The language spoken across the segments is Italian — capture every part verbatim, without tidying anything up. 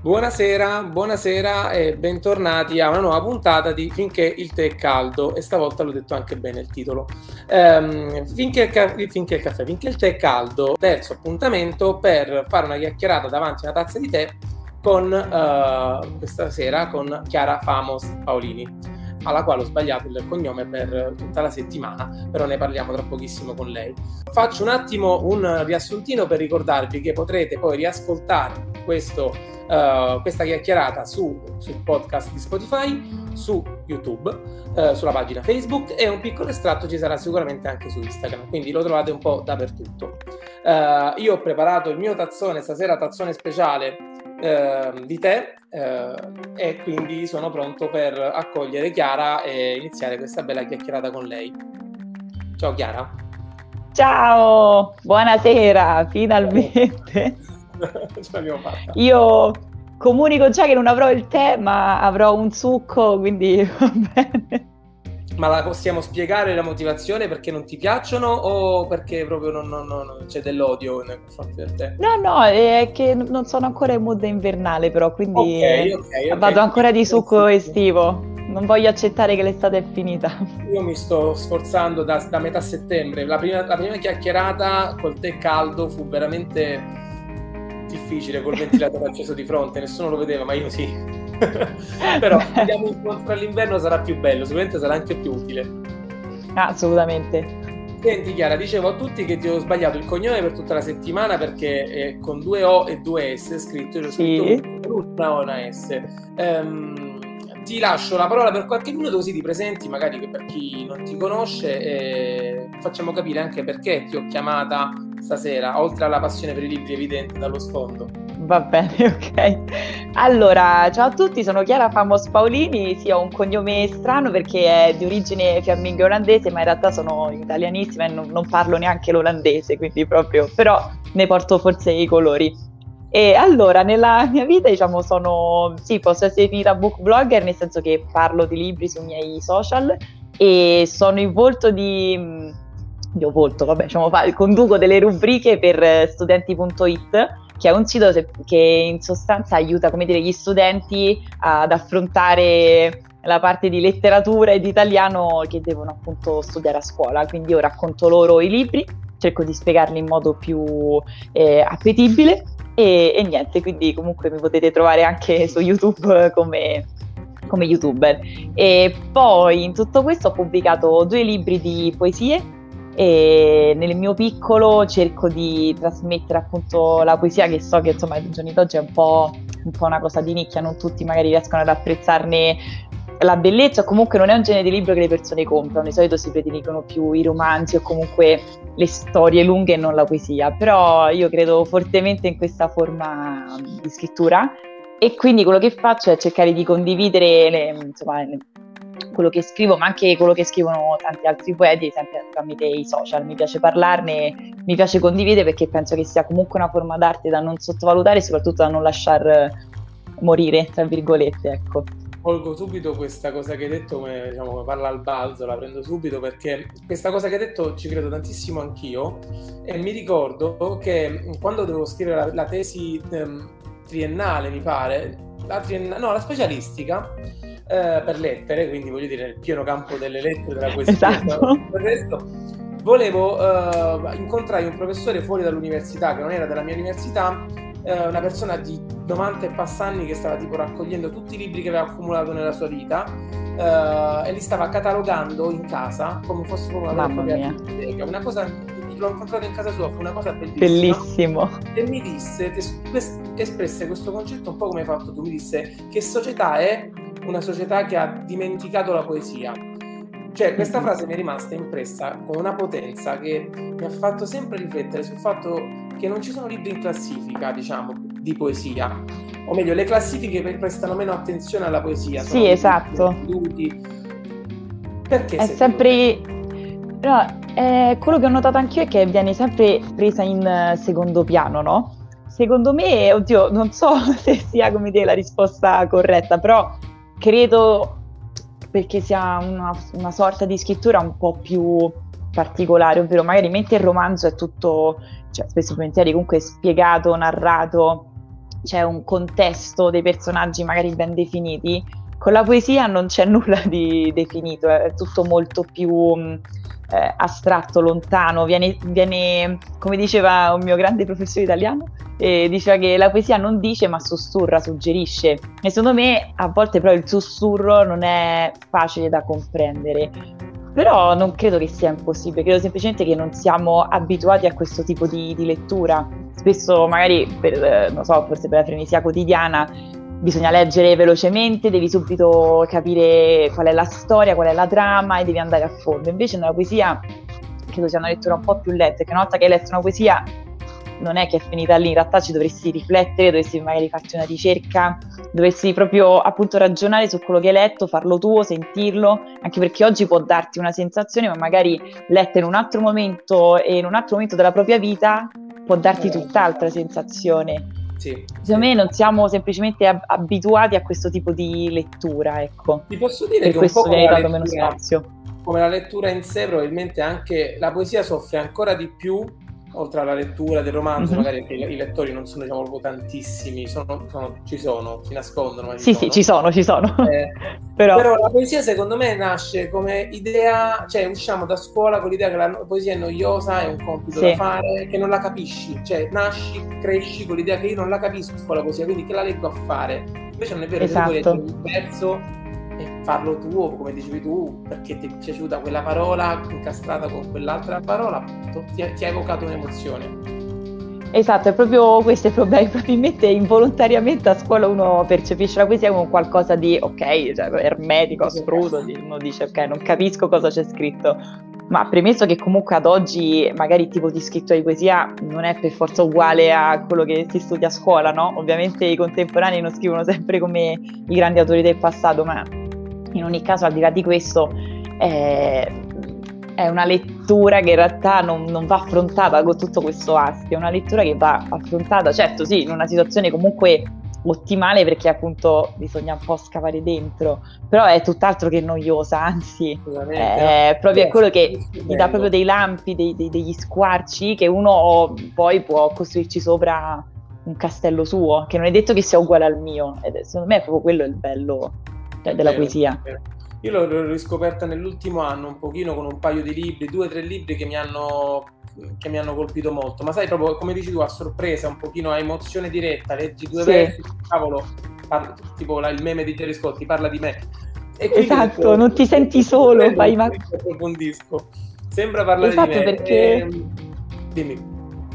Buonasera, buonasera e bentornati a una nuova puntata di Finché il tè è caldo, e stavolta l'ho detto anche bene il titolo. Ehm, finché, il ca- finché il caffè, finché il tè è caldo, terzo appuntamento per fare una chiacchierata davanti a una tazza di tè con eh, questa sera con Chiara Famos Paolini, alla quale ho sbagliato il cognome per tutta la settimana, però ne parliamo tra pochissimo con lei. Faccio un attimo un riassuntino per ricordarvi che potrete poi riascoltare questo Uh, questa chiacchierata su, sul podcast di Spotify, su YouTube, uh, sulla pagina Facebook, e un piccolo estratto ci sarà sicuramente anche su Instagram, quindi lo trovate un po' dappertutto. Uh, io ho preparato il mio tazzone stasera, tazzone speciale uh, di tè, uh, e quindi sono pronto per accogliere Chiara e iniziare questa bella chiacchierata con lei. Ciao Chiara. Ciao, buonasera, finalmente. Ce l'abbiamo fatta. Io comunico già che non avrò il tè, ma avrò un succo, quindi va bene. Ma la possiamo spiegare la motivazione, perché non ti piacciono o perché proprio non, non, non c'è dell'odio nei confronti del tè? No, no, è che non sono ancora in mood invernale, però, quindi Ok, ok, ok. vado ancora di succo estivo. Non voglio accettare che l'estate è finita. Io mi sto sforzando da, da metà settembre. La prima, la prima chiacchierata col tè caldo fu veramente difficile, col ventilatore acceso di fronte, nessuno lo vedeva, ma io sì. Però se andiamo incontro all'inverno sarà più bello, sicuramente sarà anche più utile. Ah, assolutamente. Senti Chiara, dicevo a tutti che ti ho sbagliato il cognome per tutta la settimana, perché è con due O e due S scritto, io l'ho scritto Sì. una O e una S. Um, ti lascio la parola per qualche minuto, così ti presenti magari per chi non ti conosce, e facciamo capire anche perché ti ho chiamata stasera, oltre alla passione per i libri evidente dallo sfondo. Va bene, ok. Allora, ciao a tutti, sono Chiara Famos Paolini, sì, ho un cognome strano perché è di origine fiamminga olandese, ma in realtà sono italianissima e non, non parlo neanche l'olandese, quindi proprio, però ne porto forse i colori. E allora, nella mia vita, diciamo, sono, sì, posso essere definita book blogger, nel senso che parlo di libri sui miei social e sono il volto di... Io volto, vabbè, diciamo, conduco delle rubriche per studenti punto it, che è un sito che in sostanza aiuta, come dire, gli studenti ad affrontare la parte di letteratura e di italiano che devono appunto studiare a scuola. Quindi io racconto loro i libri, cerco di spiegarli in modo più eh, appetibile e, e niente, quindi comunque mi potete trovare anche su YouTube come, come youtuber. E poi in tutto questo ho pubblicato due libri di poesie, e nel mio piccolo cerco di trasmettere appunto la poesia, che so che insomma ai giorni d'oggi è un po', un po' una cosa di nicchia, non tutti magari riescono ad apprezzarne la bellezza, o comunque non è un genere di libro che le persone comprano, di solito si prediligono più i romanzi o comunque le storie lunghe e non la poesia, però io credo fortemente in questa forma di scrittura e quindi quello che faccio è cercare di condividere le, insomma, le, quello che scrivo, ma anche quello che scrivono tanti altri poeti, sempre tramite i social. Mi piace parlarne, mi piace condividere, perché penso che sia comunque una forma d'arte da non sottovalutare e soprattutto da non lasciar morire, tra virgolette, ecco. Colgo subito questa cosa che hai detto, come, diciamo, come parla al balzo, la prendo subito, perché questa cosa che hai detto ci credo tantissimo anch'io, e mi ricordo che quando dovevo scrivere la, la tesi ehm, triennale, mi pare, la triennale, no, la specialistica, eh, per lettere, quindi voglio dire nel pieno campo delle lettere, della poesia, esatto. per il resto, volevo eh, incontrare un professore fuori dall'università, che non era della mia università, eh, una persona di novanta e passanni che stava tipo raccogliendo tutti i libri che aveva accumulato nella sua vita, eh, e li stava catalogando in casa come fosse proprio una vera e propria biblioteca. Una cosa, l'ho incontrato in casa sua, fu una cosa bellissima. Bellissimo. E mi disse, espresse questo concetto un po' come hai fatto tu, mi disse: che società è una società che ha dimenticato la poesia. Cioè, questa frase mi è rimasta impressa con una potenza che mi ha fatto sempre riflettere sul fatto che non ci sono libri in classifica, diciamo, di poesia, o meglio, le classifiche prestano meno attenzione alla poesia. Sì, esatto. Perché? È sempre... No, eh, quello che ho notato anch'io è che viene sempre presa in secondo piano, no? Secondo me, oddio, non so se sia come dire la risposta corretta, però credo perché sia una, una sorta di scrittura un po' più particolare, ovvero magari mentre il romanzo è tutto, cioè spesso e volentieri comunque spiegato, narrato c'è un contesto dei personaggi magari ben definiti. Con la poesia non c'è nulla di definito, è tutto molto più eh, astratto, lontano, viene, viene, come diceva un mio grande professore italiano, eh, diceva che la poesia non dice ma sussurra, suggerisce, e secondo me a volte però il sussurro non è facile da comprendere, però non credo che sia impossibile, credo semplicemente che non siamo abituati a questo tipo di, di lettura. Spesso magari per, eh, non so, forse per la frenesia quotidiana bisogna leggere velocemente, devi subito capire qual è la storia, qual è la trama e devi andare a fondo. Invece nella poesia credo sia una lettura un po' più lenta, che una volta che hai letto una poesia non è che è finita lì, in realtà ci dovresti riflettere, dovresti magari farti una ricerca, dovresti proprio appunto ragionare su quello che hai letto, farlo tuo, sentirlo, anche perché oggi può darti una sensazione, ma magari letta in un altro momento e in un altro momento della propria vita può darti tutt'altra sensazione. Sì, Secondo sì. me non siamo semplicemente ab- abituati a questo tipo di lettura, ecco. Ti posso dire Per che un questo po' viene come la dato meno lettura, spazio. come la lettura in sé, probabilmente anche la poesia soffre ancora di più, oltre alla lettura del romanzo, Mhm. magari perché i, i lettori non sono, diciamo, proprio tantissimi, sono, sono- ci sono, si nascondono, ma ci Sì, sono. sì, ci sono, ci sono. Eh, Però, Però la poesia secondo me nasce come idea, cioè usciamo da scuola con l'idea che la no- poesia è noiosa, è un compito sì, da fare, che non la capisci, cioè nasci, cresci con l'idea che io non la capisco la poesia, quindi che la leggo a fare. Invece non è vero, che tu puoi esatto. leggere un verso e farlo tuo, come dicevi tu, perché ti è piaciuta quella parola incastrata con quell'altra parola, appunto, ti ha, ti ha evocato un'emozione. Esatto, è proprio questo il problema. Probabilmente involontariamente a scuola uno percepisce la poesia come qualcosa di ok, cioè ermetico, astruso, di- uno dice ok, non capisco cosa c'è scritto. Ma premesso che comunque ad oggi magari il tipo di scritto di poesia non è per forza uguale a quello che si studia a scuola, no? Ovviamente i contemporanei non scrivono sempre come i grandi autori del passato, ma in ogni caso, al di là di questo, è, è una lettura che in realtà non, non va affrontata con tutto questo astio, è una lettura che va affrontata, certo sì, in una situazione comunque ottimale, perché appunto bisogna un po' scavare dentro, però è tutt'altro che noiosa, anzi è proprio quello che ti dà proprio dei lampi, dei, dei, degli squarci che uno poi può costruirci sopra un castello suo, che non è detto che sia uguale al mio, ed è, secondo me è proprio quello il bello È della vero, poesia. è vero. Io l'ho, l'ho riscoperta nell'ultimo anno un pochino con un paio di libri, due o tre libri che mi hanno che mi hanno colpito molto, ma sai, proprio come dici tu, a sorpresa, un pochino a emozione diretta, leggi due Sì. versi, cavolo, parla, tipo la, il meme di Gerry Scotti, parla di me. E esatto, detto, non ti senti solo, fai ma... approfondisco. Sembra parlare esatto, di me. Perché... E... Dimmi.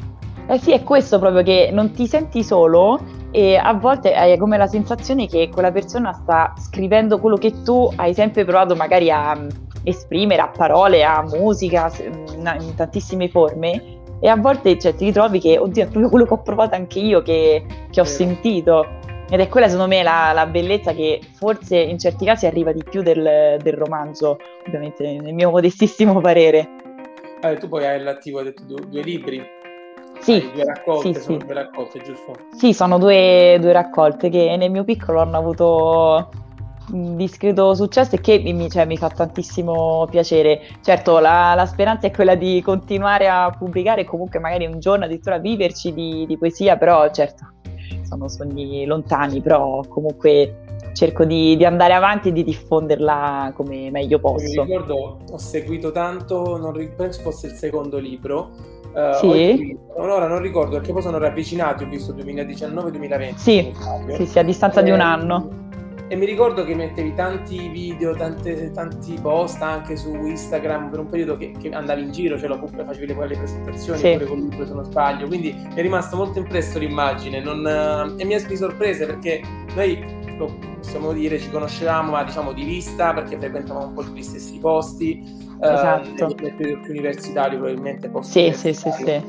Eh sì, è questo proprio, che non ti senti solo e a volte hai come la sensazione che quella persona sta scrivendo quello che tu hai sempre provato magari a esprimere a parole, a musica, in tantissime forme, e a volte, cioè, ti ritrovi che, oddio, è proprio quello che ho provato anche io, che, che ho Vero. sentito. Ed è quella, secondo me, la, la bellezza che forse in certi casi arriva di più del, del romanzo, ovviamente nel mio modestissimo parere. Eh, tu poi hai all'attivo, hai detto due, due libri. Sì, hai due raccolte, sì, sono sì. due raccolte, giusto? Sì, sono due, due raccolte che nel mio piccolo hanno avuto un discreto successo e che mi, cioè, mi fa tantissimo piacere. Certo, la, la speranza è quella di continuare a pubblicare e comunque magari un giorno addirittura viverci di, di poesia, però certo, sono sogni lontani, però comunque cerco di, di andare avanti e di diffonderla come meglio posso. Mi ricordo, ho seguito tanto, non, penso fosse il secondo libro, uh, sì? ora non ricordo perché poi sono ravvicinati, ho visto duemiladiciannove duemilaventi. Sì, sì, sì, a distanza e, di un anno. E mi ricordo che mettevi tanti video, tante, tanti post anche su Instagram per un periodo che, che andavi in giro, cioè lo facevi le, le presentazioni, sì. Pure con lui se non sbaglio, quindi è rimasto molto impresso l'immagine, non, uh, e mi ha di sorprese perché noi, lo possiamo dire, ci conoscevamo, ma diciamo di vista, perché frequentavamo un po' gli stessi posti, esatto. eh, nel periodo più universitario probabilmente posti. Sì, sì, sì, sì.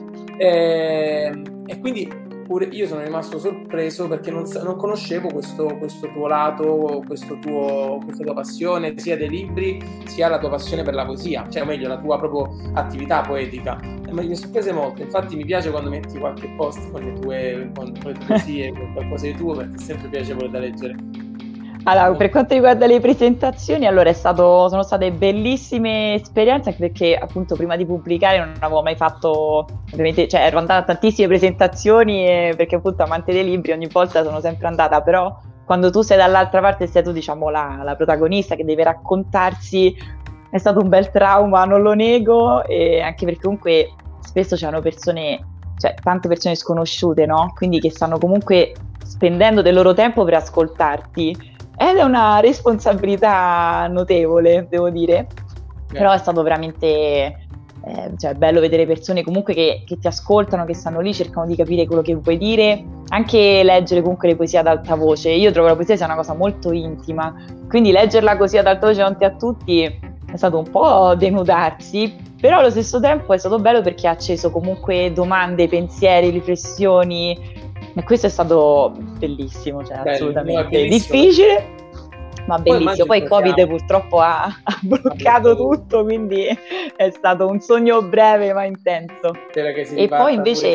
E, e quindi pure io sono rimasto sorpreso perché non, non conoscevo questo, questo tuo lato, questo tuo, questa tua passione sia dei libri sia la tua passione per la poesia, cioè o meglio la tua proprio attività poetica. E mi sorprese molto, infatti mi piace quando metti qualche post con le tue, con, con le tue poesie, con qualcosa di tuo, perché è sempre piacevole da leggere. Allora, per quanto riguarda le presentazioni, allora è stato, sono state bellissime esperienze, anche perché appunto prima di pubblicare non avevo mai fatto, ovviamente, cioè ero andata a tantissime presentazioni e, perché appunto amante dei libri ogni volta sono sempre andata, però quando tu sei dall'altra parte, sei tu diciamo la, la protagonista che deve raccontarsi, è stato un bel trauma, non lo nego, e anche perché comunque spesso c'erano persone, cioè tante persone sconosciute, no? Quindi che stanno comunque spendendo del loro tempo per ascoltarti. Ed è una responsabilità notevole, devo dire, eh. Però è stato veramente eh, cioè, bello vedere persone comunque che, che ti ascoltano, che stanno lì, cercano di capire quello che vuoi dire, anche leggere comunque le poesie ad alta voce. Io trovo la poesia sia una cosa molto intima, quindi leggerla così ad alta voce davanti a tutti è stato un po' denudarsi, però allo stesso tempo è stato bello perché ha acceso comunque domande, pensieri, riflessioni. E questo è stato bellissimo, cioè bello, assolutamente difficile, ma bellissimo. Poi il Covid siamo. purtroppo ha, ha bloccato tutto, quindi è stato un sogno breve ma intenso. E poi invece,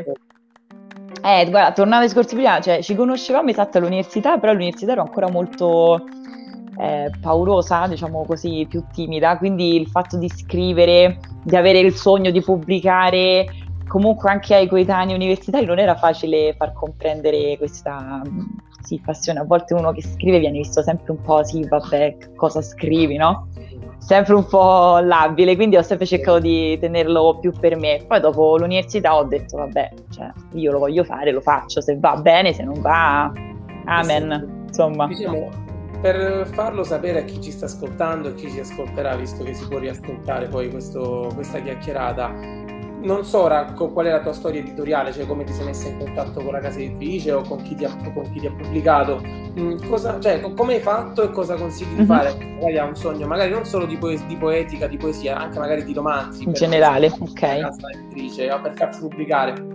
eh, guarda, tornando ai discorsi prima, cioè ci conoscevamo esatto all'università, però all'università ero ancora molto eh, paurosa, diciamo così, più timida, quindi il fatto di scrivere, di avere il sogno di pubblicare, comunque anche ai coetanei universitari non era facile far comprendere questa sì, passione. A volte uno che scrive viene visto sempre un po' sì, vabbè, cosa scrivi, no? Sempre un po' labile, quindi ho sempre cercato di tenerlo più per me. Poi dopo l'università ho detto vabbè, cioè, io lo voglio fare, lo faccio, se va bene, se non va, amen, insomma. Diciamo, per farlo sapere a chi ci sta ascoltando e chi ci ascolterà, visto che si può riascoltare poi questo, questa chiacchierata, non so Racco, qual è la tua storia editoriale, cioè come ti sei messa in contatto con la casa editrice o con chi ti ha, con chi ti ha pubblicato, mm, cosa, cioè come hai fatto e cosa consigli di fare? Magari ha un sogno, magari non solo di, poes- di poetica, di poesia, anche magari di romanzi. In generale, ok. Casa editrice, o per farsi pubblicare.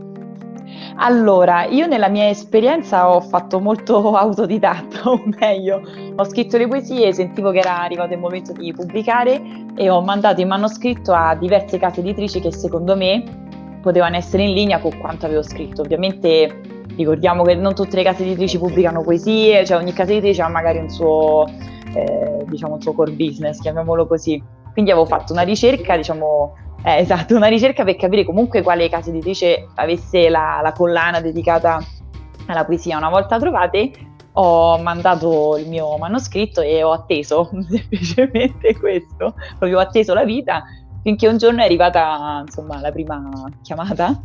Allora, io nella mia esperienza ho fatto molto autodidatta, o meglio, ho scritto le poesie, sentivo che era arrivato il momento di pubblicare e ho mandato il manoscritto a diverse case editrici che secondo me potevano essere in linea con quanto avevo scritto. Ovviamente ricordiamo che non tutte le case editrici pubblicano poesie, cioè ogni casa editrice ha magari un suo, eh, diciamo, un suo core business, chiamiamolo così. Quindi avevo fatto una ricerca, diciamo... Eh, esatto, una ricerca per capire comunque quale casa editrice avesse la, la collana dedicata alla poesia. Una volta trovate ho mandato il mio manoscritto e ho atteso semplicemente questo, proprio ho atteso la vita finché un giorno è arrivata insomma la prima chiamata.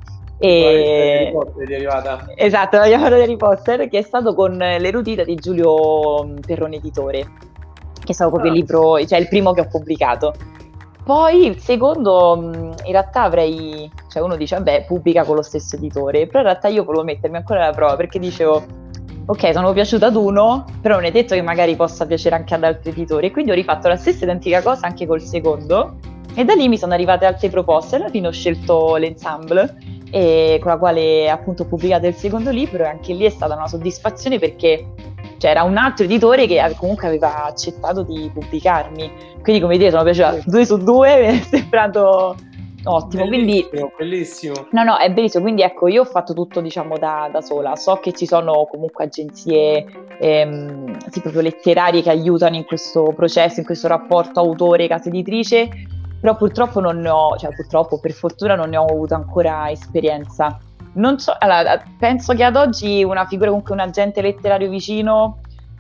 E... È arrivata. Esatto, la chiamata di Harry Potter, che è stato con l'erudita di Giulio Perrone Editore, che è stato proprio ah. il libro, cioè il primo che ho pubblicato. Poi il secondo, in realtà avrei, cioè uno dice vabbè pubblica con lo stesso editore, però in realtà io volevo mettermi ancora alla prova perché dicevo ok, sono piaciuta ad uno, però non è detto che magari possa piacere anche ad altri editori, e quindi ho rifatto la stessa identica cosa anche col secondo, e da lì mi sono arrivate altre proposte. Alla fine ho scelto l'Ensemble, e con la quale appunto ho pubblicato il secondo libro, e anche lì è stata una soddisfazione perché c'era un altro editore che comunque aveva accettato di pubblicarmi, quindi come dire sono piaciuta due su due, mi è sembrato ottimo. Bellissimo, quindi bellissimo. No, no, è bellissimo, quindi ecco, io ho fatto tutto diciamo da, da sola. So che ci sono comunque agenzie ehm, sì, proprio letterarie che aiutano in questo processo, in questo rapporto autore-casa editrice, però purtroppo non ne ho, cioè purtroppo per fortuna non ne ho avuto ancora esperienza. Non so, allora, penso che ad oggi una figura, comunque un agente letterario vicino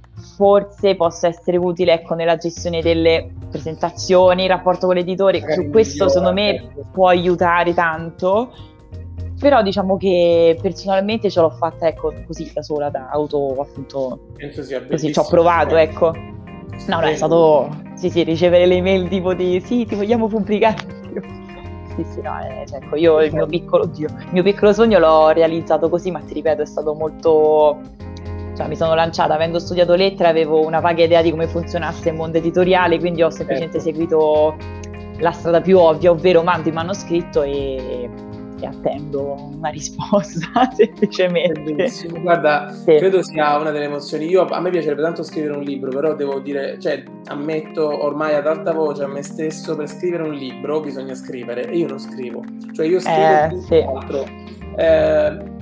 forse possa essere utile, ecco, nella gestione delle presentazioni, il rapporto con l'editore. Su questo secondo me può aiutare tanto, però diciamo che personalmente ce l'ho fatta, ecco, così da sola, da auto, appunto, penso sia così ci ho provato, ecco. No, no, è stato, sì sì, ricevere le mail tipo di sì, ti vogliamo pubblicare. Sì, sì, no, eh, cioè, ecco, io il mio piccolo, oddio, il mio piccolo sogno l'ho realizzato così, ma ti ripeto, è stato molto, cioè mi sono lanciata, avendo studiato lettere, avevo una vaga idea di come funzionasse il mondo editoriale, quindi ho semplicemente certo. seguito la strada più ovvia, ovvero mando il manoscritto e, e attendo una risposta, semplicemente. Bellissimo. Guarda, sì. credo sia una delle emozioni. Io, a me piacerebbe tanto scrivere un libro, però devo dire, cioè, ammetto ormai ad alta voce a me stesso, per scrivere un libro bisogna scrivere, e io non scrivo. Cioè io scrivo eh, più sì. altro. Eh,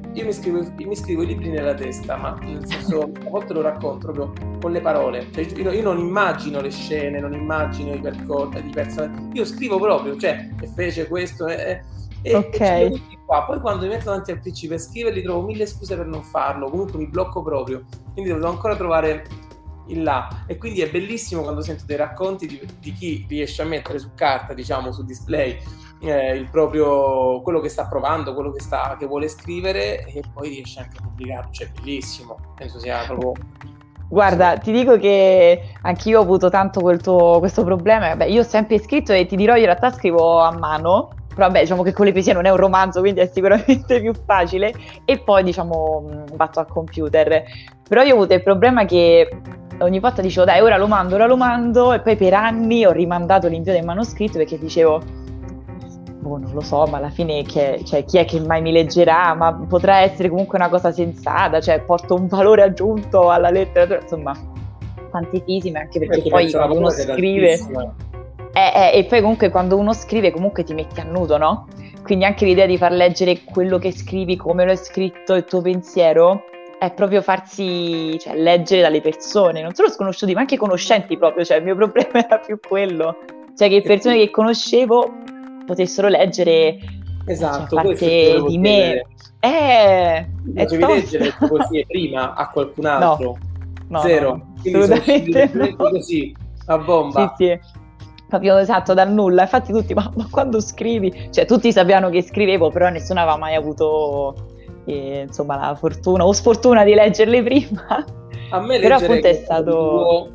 io mi scrivo, mi scrivo i libri nella testa, ma nel senso, a volte lo racconto proprio con le parole, cioè, io, io non immagino le scene, non immagino i percorsi, i personaggi, io scrivo proprio, cioè, e fece questo, e, e, okay. e qua. Poi quando mi metto davanti al P C per scriverli trovo mille scuse per non farlo, comunque mi blocco proprio, quindi devo ancora trovare il là, e quindi è bellissimo quando sento dei racconti di, di chi riesce a mettere su carta, diciamo, su display, eh, il proprio quello che sta provando, quello che sta che vuole scrivere, e poi riesce anche a pubblicarlo, cioè bellissimo, penso sia proprio. Guarda, ti dico che anch'io ho avuto tanto quel tuo, questo problema. Beh, io ho sempre scritto e ti dirò, io in realtà scrivo a mano, però vabbè, diciamo che con le poesie non è un romanzo, quindi è sicuramente più facile, e poi diciamo batto al computer. Però io ho avuto il problema che ogni volta dicevo dai, ora lo mando, ora lo mando, e poi per anni ho rimandato l'invio del manoscritto perché dicevo boh, non lo so, ma alla fine che, cioè, chi è che mai mi leggerà? Ma potrà essere comunque una cosa sensata, cioè porto un valore aggiunto alla letteratura, insomma, tantissime, anche perché, perché poi quando uno scrive eh, eh, e poi comunque quando uno scrive comunque ti metti a nudo, no? Quindi anche l'idea di far leggere quello che scrivi, come lo hai scritto, il tuo pensiero, è proprio farsi, cioè, leggere dalle persone, non solo sconosciuti, ma anche conoscenti proprio, cioè il mio problema era più quello, cioè che persone che conoscevo potessero leggere, esatto, cioè, parte di me. Eh, facevi leggere le tue poesie prima a qualcun altro? No, no, zero, no, quindi assolutamente sono no. così, a bomba. Sì, sì. Proprio esatto, dal nulla. Infatti tutti, ma, ma quando scrivi? Cioè tutti sapevano che scrivevo, però nessuno aveva mai avuto eh, insomma la fortuna o sfortuna di leggerle prima. A me però appunto è stato tuo,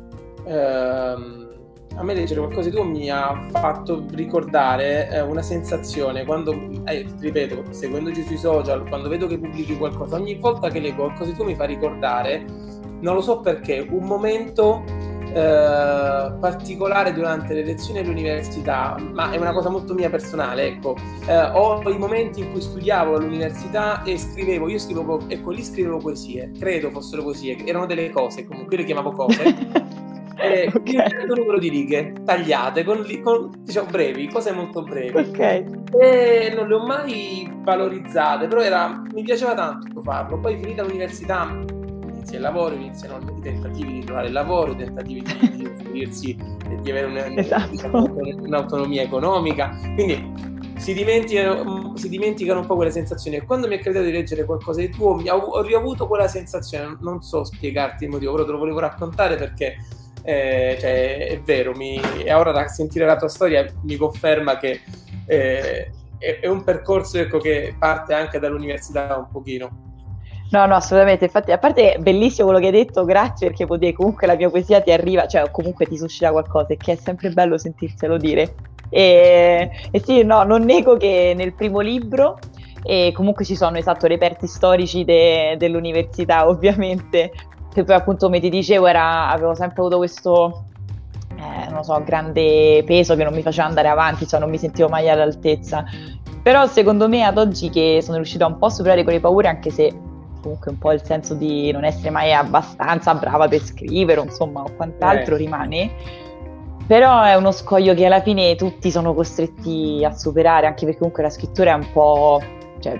ehm, a me leggere qualcosa di tuo mi ha fatto ricordare eh, una sensazione quando, eh, ripeto, seguendoci sui social, quando vedo che pubblichi qualcosa, ogni volta che leggo qualcosa di tuo mi fa ricordare, non lo so perché, un momento eh, particolare durante le lezioni all'università, ma è una cosa molto mia personale, ecco. Eh, ho i momenti in cui studiavo all'università e scrivevo, io scrivevo, ecco, lì scrivevo poesie, credo fossero poesie, erano delle cose, comunque io le chiamavo cose. Eh, okay. Di un certo numero di righe tagliate con, con diciamo brevi, cose molto brevi, okay. E non le ho mai valorizzate, però era, mi piaceva tanto farlo. Poi finita l'università inizia il lavoro, iniziano i tentativi di trovare il lavoro, i tentativi di, di inserirsi e di avere un, esatto. diciamo, un'autonomia economica, quindi si dimenticano, si dimenticano un po' quelle sensazioni, e quando mi è capitato di leggere qualcosa di tuo mi ho, ho riavuto quella sensazione, non so spiegarti il motivo, però te lo volevo raccontare perché Eh, cioè, è vero, mi, e ora da sentire la tua storia mi conferma che eh, è, è un percorso, ecco, che parte anche dall'università un pochino. No, no, assolutamente, infatti a parte è bellissimo quello che hai detto, grazie, perché vuol dire comunque la mia poesia ti arriva, cioè comunque ti suscita qualcosa, e che è sempre bello sentirselo dire. E, e sì, no, non nego che nel primo libro e comunque ci sono, esatto, reperti storici de, dell'università, ovviamente, che poi appunto, come ti dicevo, era, avevo sempre avuto questo, eh, non so, grande peso che non mi faceva andare avanti, cioè non mi sentivo mai all'altezza. Però secondo me ad oggi che sono riuscita un po' a superare quelle paure, anche se comunque un po' il senso di non essere mai abbastanza brava per scrivere, insomma, o quant'altro eh. rimane, però è uno scoglio che alla fine tutti sono costretti a superare, anche perché comunque la scrittura è un po', cioè,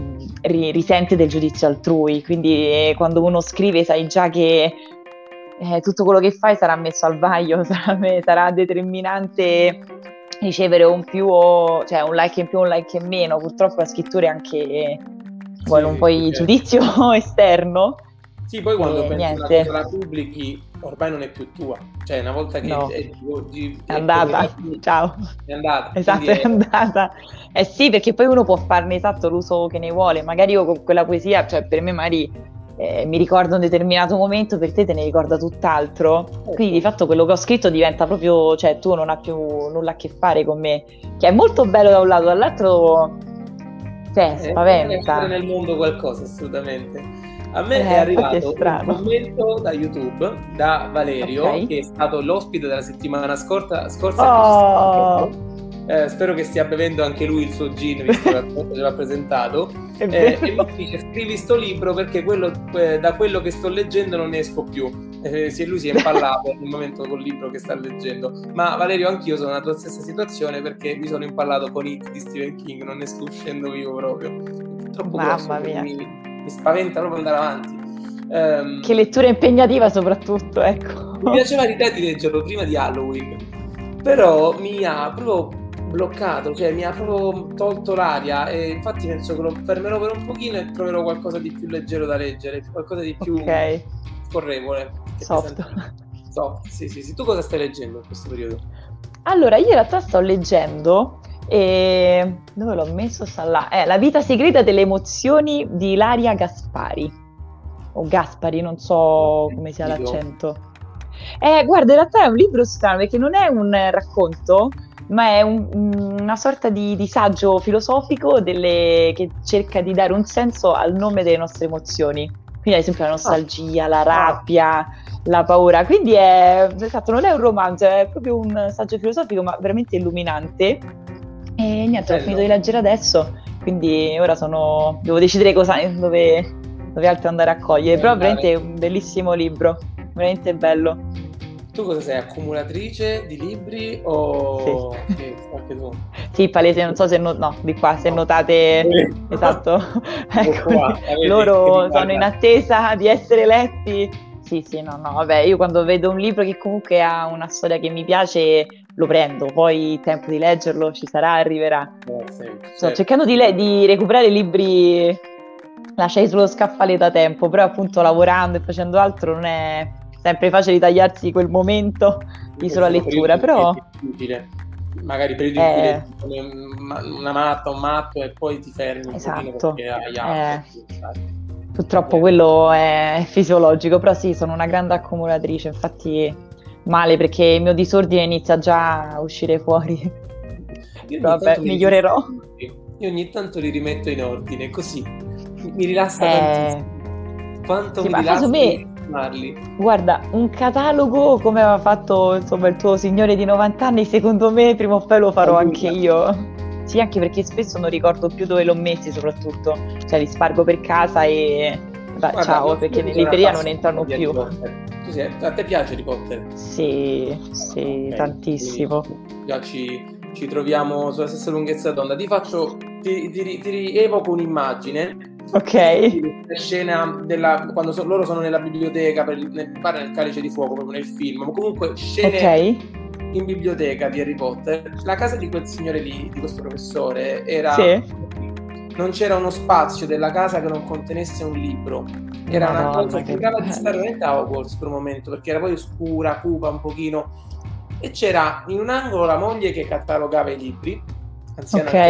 risente del giudizio altrui, quindi eh, quando uno scrive sai già che eh, tutto quello che fai sarà messo al vaglio, sarà, sarà determinante ricevere un più o, cioè un like in più o un like in meno. Purtroppo la scrittura è anche eh, vuole sì, un po' il certo. giudizio esterno. Sì, poi quando pensi niente. Una cosa la pubblichi ormai non è più tua, cioè una volta che no. è, è, è, è andata, è, ciao, è andata, esatto, è... è andata. Eh sì, perché poi uno può farne esatto l'uso che ne vuole, magari io con quella poesia, cioè per me magari eh, mi ricorda un determinato momento, per te te ne ricorda tutt'altro, ecco. Quindi di fatto quello che ho scritto diventa proprio, cioè tu non hai più nulla a che fare con me, che è molto bello da un lato, dall'altro cioè eh, spaventa. È nel mondo qualcosa, assolutamente. A me eh, è arrivato è un commento da YouTube da Valerio, okay. che è stato l'ospite della settimana scorsa, scorsa oh. che eh, spero che stia bevendo anche lui il suo gin, visto che ce l'ha presentato, eh, e mi dice: scrivi sto libro perché quello, eh, da quello che sto leggendo non ne esco più. Eh, se lui si è impallato nel momento col libro che sta leggendo, ma Valerio, anch'io sono nella tua stessa situazione, perché mi sono impallato con It di Stephen King, non ne sto uscendo vivo proprio, è troppo mamma grosso, mia quindi... mi spaventa proprio andare avanti. Um, che lettura impegnativa soprattutto, ecco. Mi piaceva l'idea di leggerlo prima di Halloween, però mi ha proprio bloccato, cioè mi ha proprio tolto l'aria, e infatti penso che lo fermerò per un pochino e troverò qualcosa di più leggero da leggere, qualcosa di più okay. scorrevole. Soft. Soft, sì, sì, sì. Tu cosa stai leggendo in questo periodo? Allora, io in realtà sto leggendo, e... dove l'ho messo? Sta là. Eh, La vita segreta delle emozioni di Ilaria Gaspari, o Gaspari, non so come sia l'accento. Eh, guarda, in realtà è un libro strano, perché non è un racconto, ma è un, una sorta di, di saggio filosofico delle, che cerca di dare un senso al nome delle nostre emozioni. Quindi ad esempio la nostalgia, la rabbia, la paura. Quindi è, esatto, non è un romanzo, è proprio un saggio filosofico, ma veramente illuminante. E niente, l'ho finito di leggere adesso, quindi ora sono, devo decidere cosa, dove, dove altro andare a cogliere. Però veramente è un bellissimo libro, veramente bello. Tu cosa sei? Accumulatrice di libri o sì. Sì, anche tu? Sì, palese, non so se no, no di qua se notate, esatto, ecco, loro sono in attesa di essere letti. Sì, sì, no, no, vabbè, io quando vedo un libro che comunque ha una storia che mi piace lo prendo, poi il tempo di leggerlo ci sarà, arriverà. Eh, sì, certo. Sto cercando di, le- di recuperare libri lasciati sullo scaffale da tempo, però appunto lavorando e facendo altro non è sempre facile tagliarsi quel momento di sola lettura, però utile. Magari periodi eh, in cui leggi una matta, un matto e poi ti fermi esatto. un pochino perché hai altro. Eh, purtroppo eh. quello è fisiologico, però sì, sono una grande accumulatrice, infatti male perché il mio disordine inizia già a uscire fuori. Io Vabbè, migliorerò. Io ogni tanto li rimetto in ordine, così mi rilassa eh, tantissimo. Quanto sì, mi ma rilassa me, guarda, un catalogo come aveva fatto insomma il tuo signore di novanta anni, secondo me prima o poi lo farò anche io. Sì, anche perché spesso non ricordo più dove l'ho messi, soprattutto, cioè li spargo per casa e beh, guarda, ciao, perché in libreria non entrano più. Tu sei, a te piace Harry Potter? Sì, sì, okay, tantissimo. Già ci, ci troviamo sulla stessa lunghezza d'onda. Ti faccio, ti, ti, ti rievoco un'immagine. Ok. La scena della, quando so, loro sono nella biblioteca, per, nel, pare nel Calice di Fuoco, proprio nel film, ma comunque scene okay. in biblioteca di Harry Potter. La casa di quel signore lì, di questo professore, era sì. non c'era uno spazio della casa che non contenesse un libro. Era Madonna, una cosa, sembrava di stare veramente a Hogwarts per un momento, perché era poi oscura, cupa un pochino, e c'era in un angolo la moglie che catalogava i libri, anziana, ok,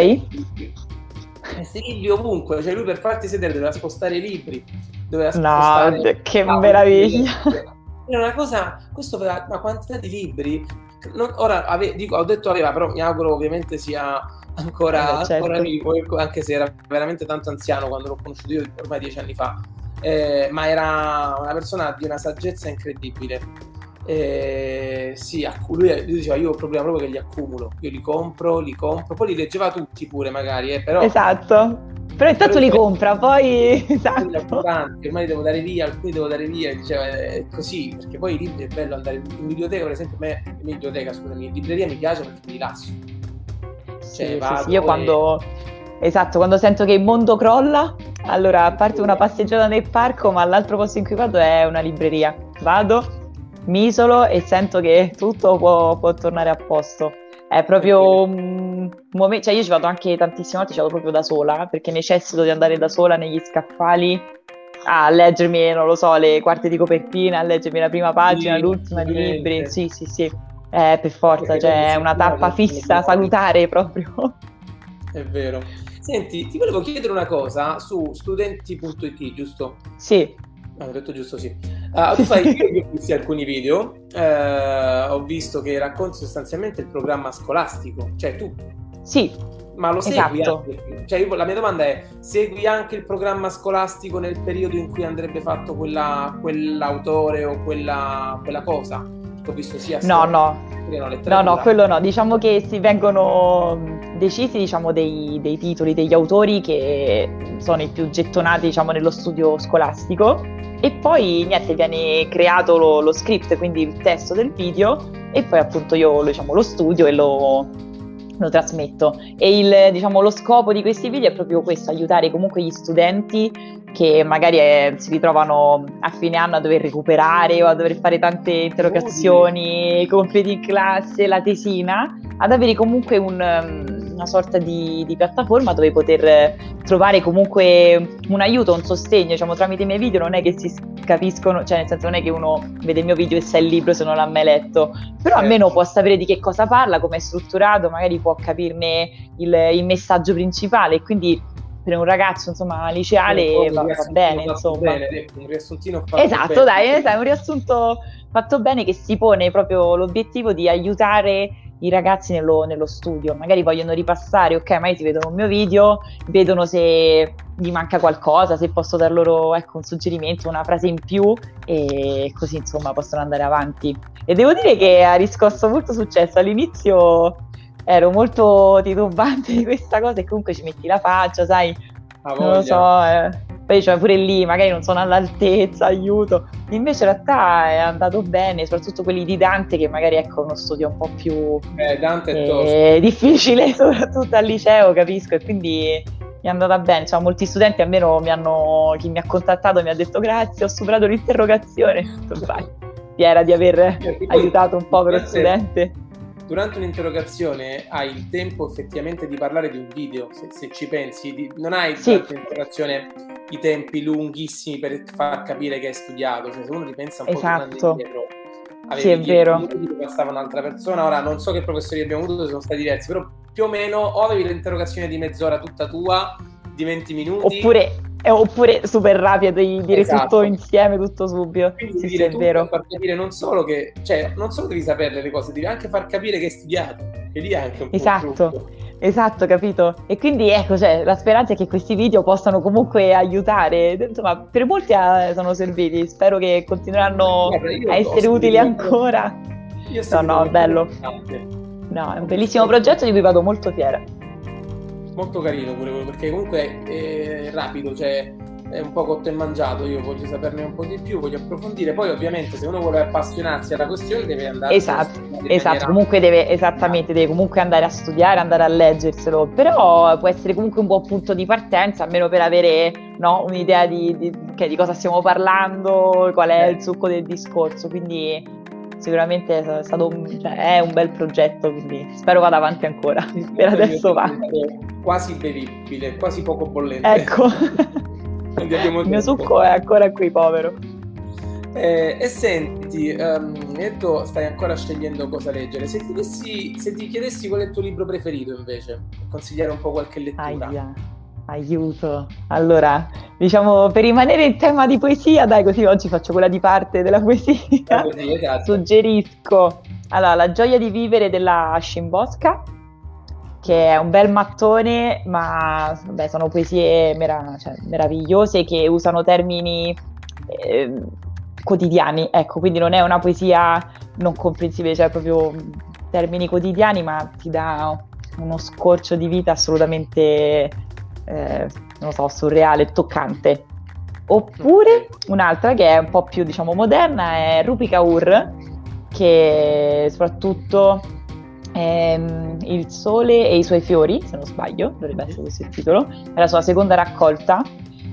e sti libri ovunque, cioè lui per farti sedere doveva spostare i libri, doveva spostare, no, che meraviglia. Era una cosa, questo per la quantità di libri, non, ora ave, dico, ho detto aveva, però mi auguro ovviamente sia ancora, eh, certo. ancora vivo, anche se era veramente tanto anziano quando l'ho conosciuto io ormai dieci anni fa, eh, ma era una persona di una saggezza incredibile. Eh, sì, lui, lui diceva io ho il problema proprio che li accumulo, io li compro, li compro, poi li leggeva tutti pure magari, eh, però esatto, però intanto li compra, poi esatto, ormai li devo dare via, alcuni devo dare via, diceva è così, perché poi i libri è bello andare in biblioteca, per esempio a me, in biblioteca scusami, in libreria mi piace perché mi rilasso, cioè, sì, sì, sì, io e... quando esatto, quando sento che il mondo crolla, allora a parte una passeggiata nel parco, ma l'altro posto in cui vado è una libreria, vado, mi isolo e sento che tutto può, può tornare a posto. È proprio un momento, cioè io ci vado anche tantissime volte, ci vado proprio da sola, perché necessito di andare da sola negli scaffali a leggermi, non lo so, le quarte di copertina, a leggermi la prima pagina, sì, l'ultima di libri, sì sì sì, eh, per forza, cioè è una tappa fissa, salutare proprio. È vero. Senti, ti volevo chiedere una cosa su studenti punto it, giusto? Sì. Ah, ho detto giusto, sì. Uh, tu fai, io ho visto alcuni video, uh, ho visto che racconti sostanzialmente il programma scolastico, cioè tu. Sì. Ma lo segui esatto. anche? Cioè, io, la mia domanda è, segui anche il programma scolastico nel periodo in cui andrebbe fatto quella, quell'autore o quella, quella cosa? Ho visto sia no, no. No, no, quello no. Diciamo che si vengono decisi, diciamo, dei, dei titoli, degli autori che sono i più gettonati, diciamo, nello studio scolastico, e poi niente, viene creato lo, lo script, quindi il testo del video, e poi appunto io, diciamo, lo studio e lo, lo trasmetto. E il, diciamo, lo scopo di questi video è proprio questo, aiutare comunque gli studenti che magari eh, si ritrovano a fine anno a dover recuperare o a dover fare tante interrogazioni, compiti in classe, la tesina, ad avere comunque un, um, una sorta di, di piattaforma dove poter trovare comunque un aiuto, un sostegno. Diciamo, tramite i miei video non è che si capiscono, cioè nel senso non è che uno vede il mio video e sa il libro se non l'ha mai letto, però almeno può sapere di che cosa parla, come è strutturato, magari può capirne il, il messaggio principale, e quindi per un ragazzo insomma liceale va, va bene, insomma. Bene, un riassuntino fatto esatto, bene. dai, esatto, un riassunto fatto bene che si pone proprio l'obiettivo di aiutare i ragazzi nello, nello studio. Magari vogliono ripassare, ok, magari ti vedono un mio video, vedono se gli manca qualcosa, se posso dar loro, ecco, un suggerimento, una frase in più, e così insomma possono andare avanti. E devo dire che ha riscosso molto successo. All'inizio ero molto titubante di questa cosa, e comunque ci metti la faccia, sai, Ah, non lo so, eh. Poi cioè, pure lì magari non sono all'altezza, aiuto. Invece in realtà è andato bene, soprattutto quelli di Dante, che magari ecco uno studio un po' più eh, Dante è eh, difficile, soprattutto al liceo, capisco, e quindi mi è andata bene. Cioè, molti studenti almeno mi hanno, chi mi ha contattato mi ha detto grazie, ho superato l'interrogazione. Vai, fiera di aver eh, aiutato un povero studente. Durante un'interrogazione hai il tempo effettivamente di parlare di un video, se, se ci pensi, di, non hai sì. durante l'interrogazione i tempi lunghissimi per far capire che hai studiato, cioè se uno ripensa un esatto. po' indietro, avevi sì, è vero. minuti che passava un'altra persona. Ora non so che professori abbiamo avuto, sono stati diversi, però più o meno o avevi l'interrogazione di mezz'ora tutta tua, di venti minuti, oppure, eh, oppure super rapida, devi dire esatto. tutto insieme, tutto subito. Quindi sì, dire sì, è vero. Far capire non solo che, cioè, non solo devi saperle le cose, devi anche far capire che hai studiato, che lì è anche un esatto. po' Esatto, capito? E quindi ecco, cioè, la speranza è che questi video possano comunque aiutare, insomma, per molti eh, sono serviti, spero che continueranno Guarda, a essere utili ancora. Io no, no, bello. No, è un bellissimo progetto di cui vado molto fiera. Molto carino pure, perché comunque è rapido, cioè è un po' cotto e mangiato. Io voglio saperne un po' di più, voglio approfondire. Poi ovviamente se uno vuole appassionarsi alla questione deve andare esatto, esatto, comunque deve esattamente deve comunque andare a studiare, andare a leggerselo, però può essere comunque un buon punto di partenza, almeno per avere, no, un'idea di, di, okay, di cosa stiamo parlando, qual è il succo del discorso. Quindi sicuramente è stato un, cioè, è un bel progetto, quindi spero vada avanti ancora. Per adesso va. Quasi bevibile, quasi poco bollente. Ecco. Il mio succo è ancora qui, povero. Eh, e senti, um, hai detto stai ancora scegliendo cosa leggere. Se ti, dessi, se ti chiedessi qual è il tuo libro preferito, invece, per consigliare un po' qualche lettura. Aia, aiuto. Allora, diciamo, per rimanere in tema di poesia, dai, così oggi faccio quella di parte della poesia. La poesia, esatto. Suggerisco allora La gioia di vivere della Scimbosca, che è un bel mattone, ma vabbè, sono poesie mera- cioè, meravigliose che usano termini eh, quotidiani, ecco, quindi non è una poesia non comprensibile, cioè proprio termini quotidiani, ma ti dà uno scorcio di vita assolutamente, eh, non so, surreale, toccante. Oppure un'altra che è un po' più, diciamo, moderna è Rupi Kaur, che soprattutto ehm, Il sole e i suoi fiori, se non sbaglio, dovrebbe essere questo il titolo, è la sua seconda raccolta.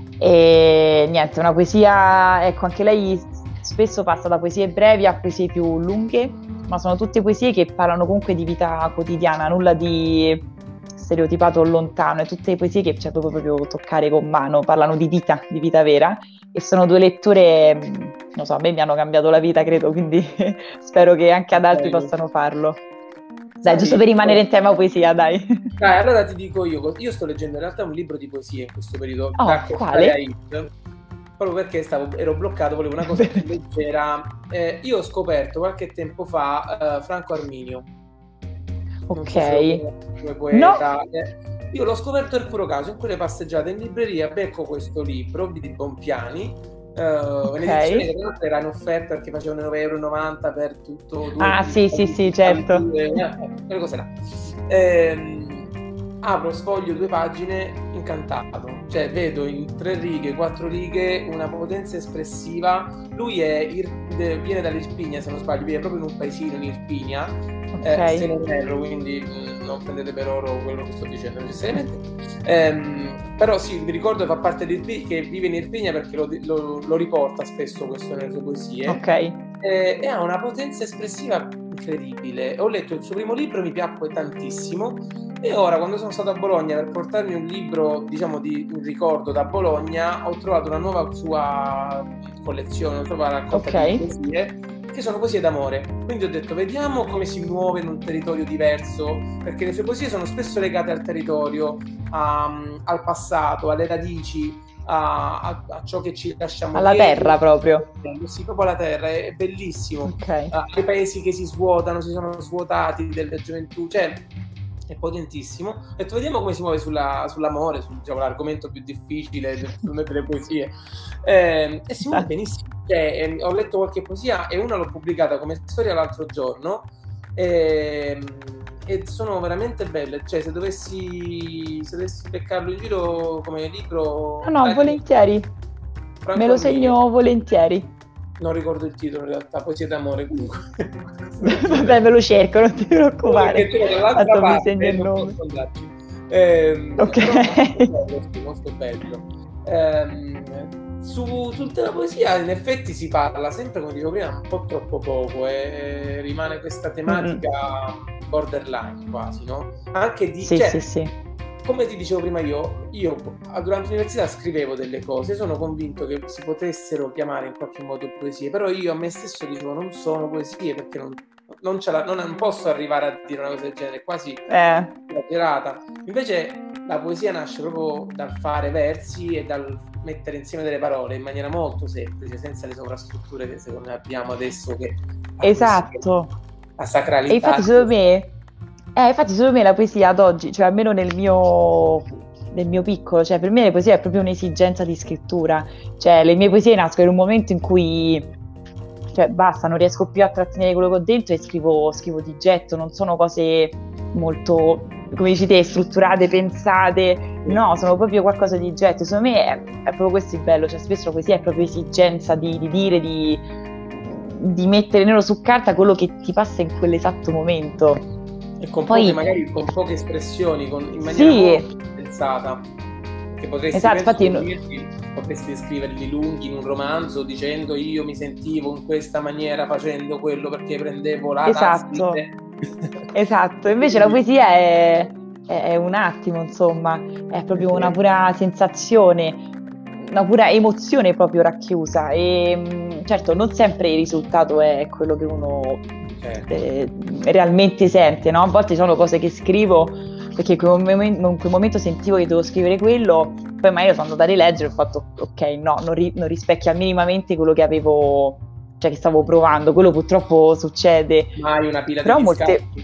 E niente, una poesia, ecco, anche lei spesso passa da poesie brevi a poesie più lunghe, ma sono tutte poesie che parlano comunque di vita quotidiana, nulla di stereotipato o lontano, e tutte poesie che c'è proprio, proprio toccare con mano, parlano di vita, di vita vera, e sono due letture, non so, a me mi hanno cambiato la vita, credo, quindi spero che anche ad altri possano farlo. Dai, giusto per rimanere in tema poesia, dai. Dai, allora ti dico io, io sto leggendo in realtà un libro di poesie in questo periodo. Oh, da quale? A It, proprio perché stavo, ero bloccato, volevo una cosa più leggera. Eh, io ho scoperto qualche tempo fa uh, Franco Arminio. Non ok. So se come poeta. No. Eh, io l'ho scoperto per puro caso, in quelle passeggiate in libreria, becco questo libro di Bompiani. Uh, okay. Un'edizione che tra l'altro era in offerta perché facevano nove e novanta euro per tutto. Ah, sì, sì, sì, certo. Due, eh, quelle cose là. Ehm, apro, sfoglio due pagine, incantato. Cioè, vedo in tre righe, quattro righe, una potenza espressiva. Lui è ir- viene dall'Irpinia, se non sbaglio, vive proprio in un paesino in Irpinia. eh, Ok. se non erro, quindi mh, non prendete per oro quello che sto dicendo necessariamente. Ehm, però sì, mi ricordo che fa parte di Irpi- che vive in Irpinia perché lo, lo- lo riporta spesso questo nelle sue poesie, Ok. eh, e ha una potenza espressiva incredibile. Ho letto il suo primo libro, mi piacque tantissimo, e ora quando sono stato a Bologna per portarmi un libro, diciamo, di un ricordo da Bologna, ho trovato una nuova sua collezione, una nuova raccolta di Ok. poesie che sono poesie d'amore. Quindi ho detto, vediamo come si muove in un territorio diverso, perché le sue poesie sono spesso legate al territorio, a- al passato, alle radici, a, a- a ciò che ci lasciamo Alla dietro. terra proprio. Sì, proprio la terra, è bellissimo. Ok. Uh, i paesi che si svuotano, si sono svuotati della gioventù, cioè è potentissimo. Ho detto, vediamo come si muove sulla, sull'amore, su, diciamo, l'argomento più difficile del- delle poesie, eh, e si muove benissimo. Cioè, eh, ho letto qualche poesia e una l'ho pubblicata come storia l'altro giorno, e, e sono veramente belle. Cioè, se dovessi, se dovessi beccarlo in giro come libro, No, no, dai, volentieri. Me Franco lo Arminio. segno volentieri. Non ricordo il titolo in realtà, poesie d'amore comunque. Vabbè, me lo cerco, non ti preoccupare. Perché c'era dall'altra Tanto mi parte segno e il non nome. posso andarci. Ehm, Ok. però molto bello, sì, molto bello. Ehm, su, sul tema poesia in effetti si parla sempre, come dicevo prima, un po' troppo poco, e rimane questa tematica Mm-mm. borderline quasi, no? Anche di, Sì, cioè, sì, sì. come ti dicevo prima io, io durante l'università scrivevo delle cose, sono convinto che si potessero chiamare in qualche modo poesie, però io a me stesso dicevo non sono poesie perché non, non, ce la, non, non posso arrivare a dire una cosa del genere, quasi Eh. esagerata. Invece la poesia nasce proprio dal fare versi e dal mettere insieme delle parole in maniera molto semplice, senza le sovrastrutture che secondo me abbiamo adesso, che la Esatto. poesia, la E sacralità. infatti secondo me, eh, infatti secondo me la poesia ad oggi, cioè almeno nel mio, nel mio piccolo, cioè per me la poesia è proprio un'esigenza di scrittura. Cioè le mie poesie nascono in un momento in cui, cioè basta, non riesco più a trattenere quello che ho dentro e scrivo, scrivo di getto, non sono cose molto, come dici te, strutturate, pensate, no, sono proprio qualcosa di getto. Secondo me è, è proprio questo il bello, cioè spesso la poesia è proprio esigenza di, di dire, di, di mettere nero su carta quello che ti passa in quell'esatto momento. E con Poi, poche, magari con poche espressioni, con, in maniera sì, molto pensata, che potresti, esatto, penso, infatti no- scriverli- potresti scriverli lunghi in un romanzo dicendo io mi sentivo in questa maniera facendo quello perché prendevo la esatto, tazzine. esatto. Invece la Quindi, poesia è, è- è un attimo, insomma, è è proprio una vero, pura sensazione, una pura emozione proprio racchiusa. E mh, certo, non sempre il risultato è quello che uno certo. eh, realmente sente, no? A volte sono cose che scrivo perché in quel momento, in quel momento sentivo che dovevo scrivere quello, poi magari lo sono andata a rileggere e ho fatto ok, no, non, ri- non rispecchia minimamente quello che avevo, cioè che stavo provando. Quello purtroppo succede. Mai una pila Però degli molte... scarti.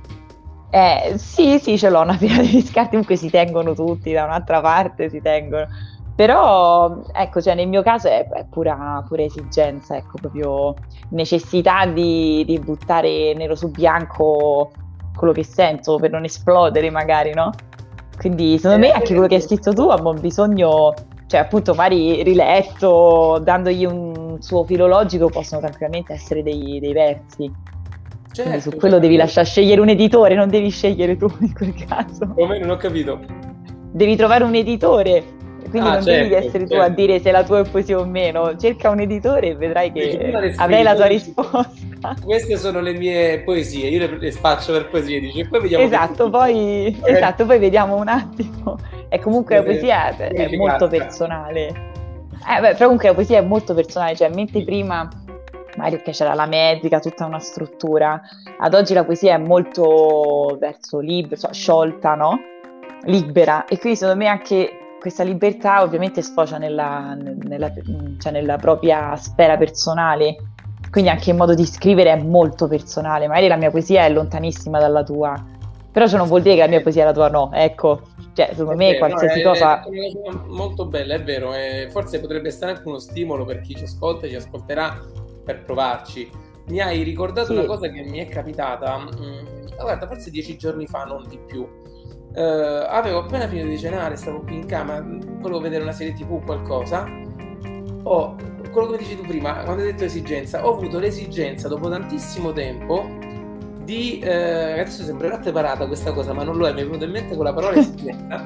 Eh, sì, sì, ce l'ho una pila di scarti, comunque si tengono tutti da un'altra parte, si tengono. Però, ecco, cioè nel mio caso è, è pura, pura esigenza, ecco, proprio necessità di, di buttare nero su bianco quello che sento per non esplodere magari, no? Quindi secondo me anche quello che hai scritto tu ha buon bisogno, cioè appunto magari riletto, dandogli un suo filologico, possono tranquillamente essere dei, dei versi. Quindi su Certo, quello certo. devi lasciare scegliere un editore, non devi scegliere tu in quel caso. Come non ho capito. Devi trovare un editore, quindi Ah, non devi certo, essere tu a certo. dire se la tua è poesia o meno. Cerca un editore e vedrai Dici, prima che le avrai scrivi, la poi tua dici, risposta. queste sono le mie poesie, io le, le spaccio per poesie, dici, e poi vediamo che Esatto, ti poi, dico. esatto, poi vediamo un attimo. E comunque la poesia è, è Dici, molto casca. personale. Eh, beh, però comunque la poesia è molto personale, cioè mentre prima magari perché c'era la metrica, tutta una struttura, ad oggi la poesia è molto verso libero, so, sciolta, no? Libera. E quindi secondo me anche questa libertà ovviamente sfocia nella, nella, cioè nella propria sfera personale. Quindi anche il modo di scrivere è molto personale. Magari la mia poesia è lontanissima dalla tua, però ciò non vuol dire che la mia poesia e la tua no. Ecco, cioè, secondo È me vero, no, qualsiasi è, cosa... è una cosa molto bella, è vero, e forse potrebbe essere anche uno stimolo per chi ci ascolta e ci ascolterà per provarci. Mi hai ricordato Sì. una cosa che mi è capitata, mh, guarda, forse dieci giorni fa, non di più. Eh, avevo appena finito di cenare, stavo qui in camera, volevo vedere una serie tivù o qualcosa. Ho, quello che mi dici tu prima, quando hai detto esigenza, ho avuto l'esigenza dopo tantissimo tempo di, eh, adesso sembrerà preparata questa cosa, ma non lo è, mi è venuto in mente con la parola esigenza.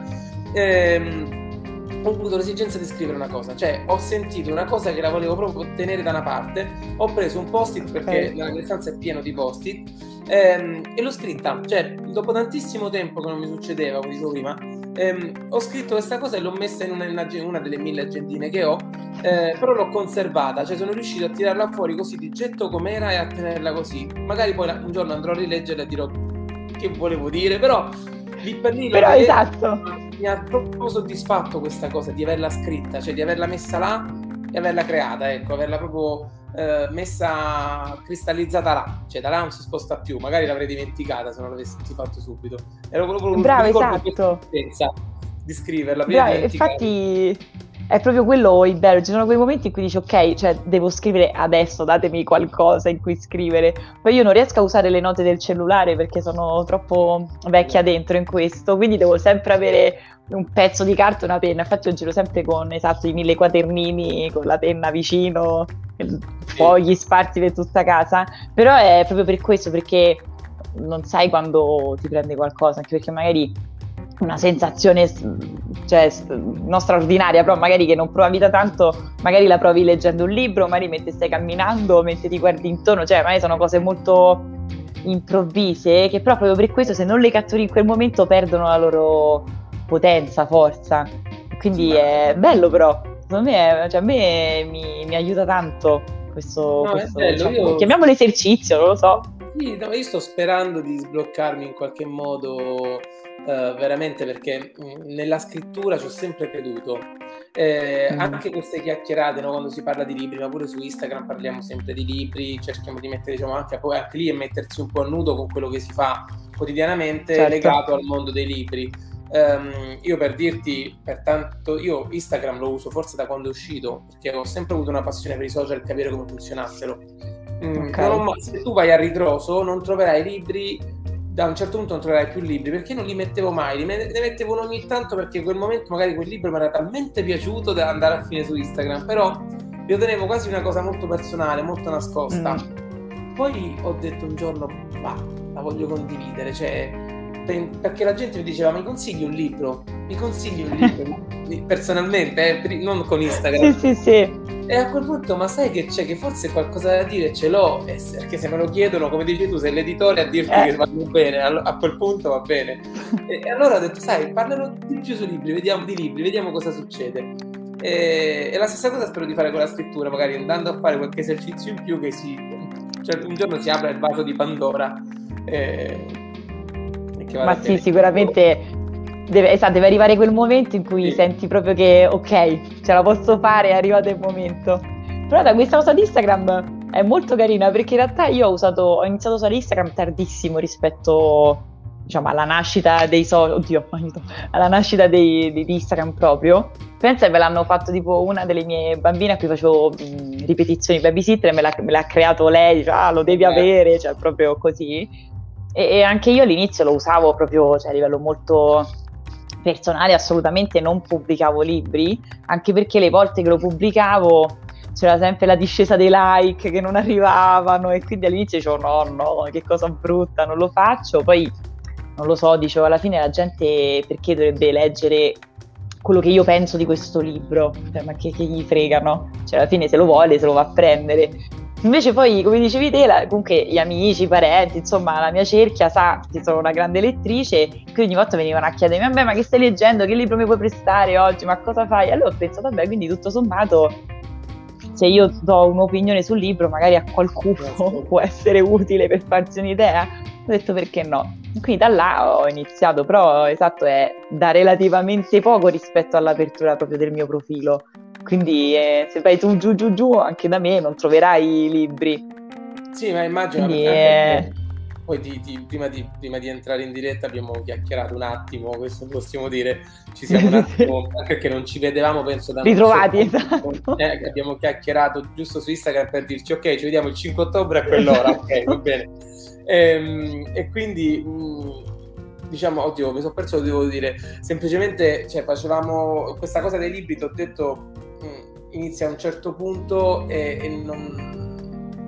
ehm, ho avuto l'esigenza di scrivere una cosa, cioè ho sentito una cosa che la volevo proprio tenere da una parte, ho preso un post-it perché la mia stanza è pieno di post-it, ehm, e l'ho scritta, cioè dopo tantissimo tempo che non mi succedeva, come dicevo prima, ehm, ho scritto questa cosa e l'ho messa in una, in una delle mille agendine che ho, eh, però l'ho conservata, cioè sono riuscito a tirarla fuori così di getto com'era e a tenerla così, magari poi un giorno andrò a rileggerla e dirò che volevo dire, però lì per lì però esatto, mi ha proprio soddisfatto questa cosa di averla scritta, cioè di averla messa là e averla creata, ecco, averla proprio eh, messa cristallizzata là, cioè da là non si sposta più, magari l'avrei dimenticata se non l'avessi fatto subito. Ero proprio bravo, esatto, di scriverla. bravo, infatti è proprio quello il bello, ci sono quei momenti in cui dici ok, cioè devo scrivere adesso, datemi qualcosa in cui scrivere, poi io non riesco a usare le note del cellulare perché sono troppo vecchia dentro in questo, quindi devo sempre avere un pezzo di carta e una penna, infatti io giro sempre con esatto i mille quadernini, con la penna vicino, fogli sparsi per tutta casa, però è proprio per questo, perché non sai quando ti prende qualcosa, anche perché magari una sensazione cioè, non straordinaria, però magari che non provavi da tanto, magari la provi leggendo un libro, magari mentre stai camminando, mentre ti guardi intorno, cioè magari sono cose molto improvvise che però proprio per questo se non le catturi in quel momento perdono la loro potenza, forza, quindi sì, è bello, però secondo me, è, cioè, a me mi, mi aiuta tanto questo, no, questo bello, diciamo, io... chiamiamolo esercizio, non lo so. Sì, no, io sto sperando di sbloccarmi in qualche modo Uh, veramente, perché mh, nella scrittura ci ho sempre creduto, eh, mm. anche queste chiacchierate, no, quando si parla di libri, ma pure su Instagram parliamo sempre di libri, cerchiamo di mettere, diciamo, anche, anche lì e mettersi un po' a nudo con quello che si fa quotidianamente, certo, legato al mondo dei libri. Um, io per dirti, pertanto io Instagram lo uso forse da quando è uscito, perché ho sempre avuto una passione per i social, capire come funzionassero. Mm, okay. Non ho mai, se tu vai a ritroso non troverai libri, da un certo punto non troverai più libri, perché non li mettevo mai, li ne mettevo ogni tanto perché in quel momento magari quel libro mi era talmente piaciuto da andare a fine su Instagram, però lo tenevo quasi una cosa molto personale, molto nascosta. Mm. Poi ho detto un giorno, bah, la voglio condividere, cioè, perché la gente mi diceva, mi consigli un libro? Mi consigli un libro? Personalmente, eh, non con Instagram. Sì, sì, sì. E a quel punto, ma sai che c'è, che forse qualcosa da dire ce l'ho, perché se me lo chiedono, come dici tu, sei l'editore a dirti eh. che va bene, a quel punto va bene. E, e allora ho detto, sai, parlerò di più sui libri, vediamo di libri, vediamo cosa succede. E, e la stessa cosa spero di fare con la scrittura, magari andando a fare qualche esercizio in più, che si, cioè, un giorno si apre il vaso di Pandora. E, e che ma sì, bene. Sicuramente... Deve, esatto, deve arrivare quel momento in cui sì. Senti proprio che ok, ce la posso fare, è arrivato il momento. Però da questa cosa di Instagram è molto carina, perché in realtà io ho usato, ho iniziato a usare Instagram tardissimo rispetto, diciamo, alla nascita dei social, oddio, alla nascita dei, di Instagram proprio. Pensa che me l'hanno fatto tipo una delle mie bambine a cui facevo mh, ripetizioni babysitter, me l'ha, me l'ha creato lei, dice, ah, lo devi eh. avere, cioè proprio così. E, e anche io all'inizio lo usavo proprio, cioè, a livello molto personale, assolutamente non pubblicavo libri, anche perché le volte che lo pubblicavo c'era sempre la discesa dei like che non arrivavano e quindi all'inizio dicevo no, no, che cosa brutta, non lo faccio. Poi non lo so, dicevo alla fine la gente perché dovrebbe leggere quello che io penso di questo libro, cioè, ma che, che gli frega, no? Cioè alla fine se lo vuole se lo va a prendere. Invece poi, come dicevi te, la, comunque gli amici, i parenti, insomma la mia cerchia sa che sono una grande lettrice, quindi ogni volta venivano a chiedermi, vabbè, ma che stai leggendo, che libro mi puoi prestare oggi, ma cosa fai? Allora ho pensato, vabbè, quindi tutto sommato se io do un'opinione sul libro magari a qualcuno può essere utile per farsi un'idea, ho detto perché no. Quindi da là ho iniziato, però esatto, è da relativamente poco rispetto all'apertura proprio del mio profilo. Quindi eh, se vai tu giù giù giù anche da me non troverai libri. Sì, ma immagino Quindi, perché eh... poi ti, ti, prima, di, prima di entrare in diretta abbiamo chiacchierato un attimo, questo possiamo dire, ci siamo un attimo, perché non ci vedevamo penso da ritrovati, esatto. eh, abbiamo chiacchierato giusto su Instagram per dirci ok, ci vediamo il cinque ottobre a quell'ora, ok, va bene. E, e quindi mh, diciamo, oddio, mi sono perso, devo dire, semplicemente, cioè, facevamo questa cosa dei libri, ti ho detto, mh, inizia a un certo punto e, e non,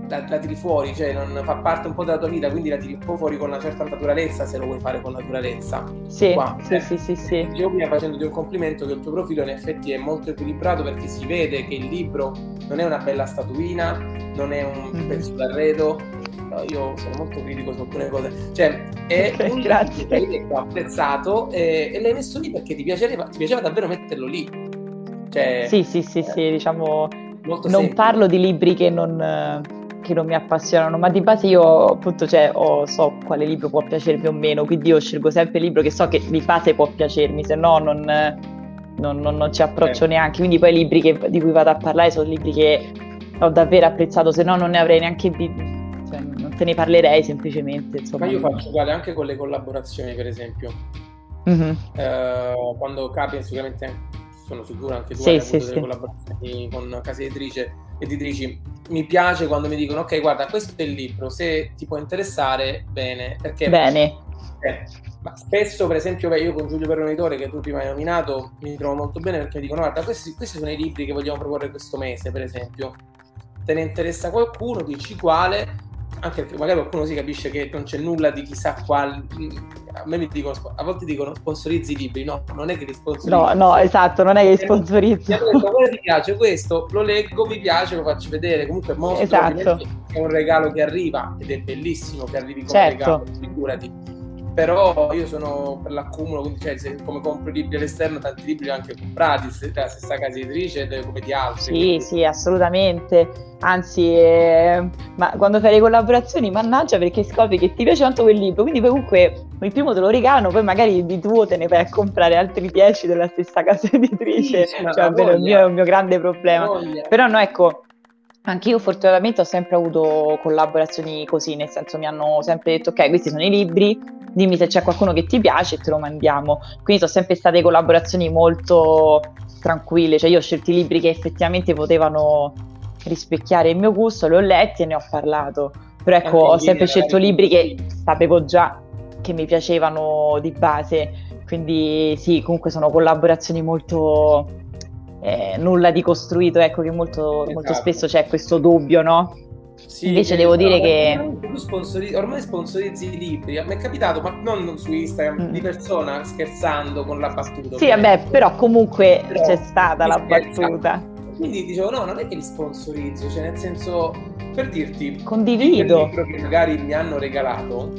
la, la tiri fuori, cioè non fa parte un po' della tua vita, quindi la tiri un po' fuori con una certa naturalezza, se lo vuoi fare con naturalezza. Sì, Qua, sì, eh, sì, sì, sì. io prima facendoti un complimento che il tuo profilo in effetti è molto equilibrato, perché si vede che il libro non è una bella statuina, non è un Mm. pezzo d'arredo. No, io sono molto critico su alcune cose, cioè è Ok, un grazie. libro che ho apprezzato e, e l'hai messo lì perché ti piaceva, ti piaceva davvero metterlo lì. Cioè, Sì, sì, sì, eh, sì, diciamo, molto non semplice. parlo di libri che non, eh, che non mi appassionano, ma di base io appunto cioè, ho- so quale libro può piacermi o meno, quindi io scelgo sempre il libro che so che di base può piacermi, se no non, eh, non- non- non ci approccio Eh. neanche. Quindi poi i libri che- di cui vado a parlare sono libri che ho davvero apprezzato, se no non ne avrei neanche bi- cioè, non te ne parlerei semplicemente, insomma. Ma io non- faccio uguale anche con le collaborazioni, per esempio. Mhm. Eh, quando capita, sicuramente sono sicuro anche tu Sì, hai sì, avuto delle sì. collaborazioni con case editrici, editrici. Mi piace quando mi dicono: ok, guarda, questo è il libro, se ti può interessare, bene. Perché Bene. eh, ma spesso, per esempio, beh, io con Giulio Perrone Editore, che tu prima hai nominato, mi trovo molto bene, perché mi dicono: guarda, questi, questi sono i libri che vogliamo proporre questo mese, per esempio. Te ne interessa qualcuno? Dici quale? Anche perché magari qualcuno si capisce che non c'è nulla di chissà quale. A me mi dicono, a volte dicono sponsorizzi i libri, no, non è che li sponsorizzi. No, no, esatto, non è che li sponsorizzo. Mi hanno detto: come ti piace questo? Lo leggo, mi piace, lo faccio vedere. Comunque mostro Esatto. che è un regalo che arriva, ed è bellissimo che arrivi come Certo. regalo, figurati. Però io sono per l'accumulo, quindi cioè, se come compro libri all'esterno, tanti libri li ho anche comprati dalla stessa casa editrice come di altri. Sì, quindi... sì, assolutamente. Anzi, eh, ma quando fai le collaborazioni, mannaggia, perché scopri che ti piace tanto quel libro, quindi poi comunque il primo te lo regalano, poi magari di tuo te ne vai a comprare altri dieci della stessa casa editrice. Sì, sì, cioè, ovvero il mio è un mio grande problema. Voglia. Però no, ecco, anche io fortunatamente ho sempre avuto collaborazioni così, nel senso mi hanno sempre detto: ok, questi sono i libri, dimmi se c'è qualcuno che ti piace e te lo mandiamo. Quindi sono sempre state collaborazioni molto tranquille, cioè io ho scelto i libri che effettivamente potevano rispecchiare il mio gusto, li ho letti e ne ho parlato. Però ecco, Anche ho in sempre linea, scelto magari, libri che sì. sapevo già che mi piacevano di base, quindi sì, comunque sono collaborazioni molto eh, nulla di costruito, ecco, che molto, Esatto. molto spesso c'è questo dubbio, no? Sì, Invece eh, devo però, dire che tu sponsori- ormai sponsorizzi i libri. Mi è capitato, ma non su Instagram, Mm. di persona scherzando con la battuta. sì, vabbè, però comunque Però c'è stata mi la scherza. battuta. Quindi dicevo: no, non è che li sponsorizzo, cioè nel senso, per dirti, Condivido. il libro che magari mi hanno regalato,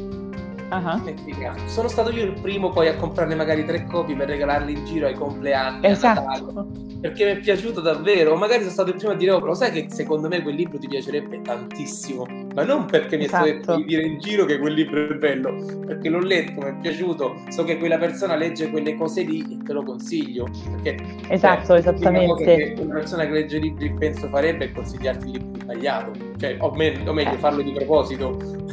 Ah, metti caso, sono stato io il primo poi a comprarne magari tre copie per regalarli in giro ai compleanni, a Natale, esatto. perché mi è piaciuto davvero. O magari sono stato il primo a dire: oh, però sai che secondo me quel libro ti piacerebbe tantissimo, ma non perché mi è stato detto Esatto. di dire in giro che quel libro è bello, perché l'ho letto, mi è piaciuto, so che quella persona legge quelle cose lì e te lo consiglio. Perché Esatto, cioè, l'unica cosa esattamente. che una persona che legge libri penso farebbe è consigliarti il libro sbagliato, cioè o, me- o meglio Eh. farlo di proposito.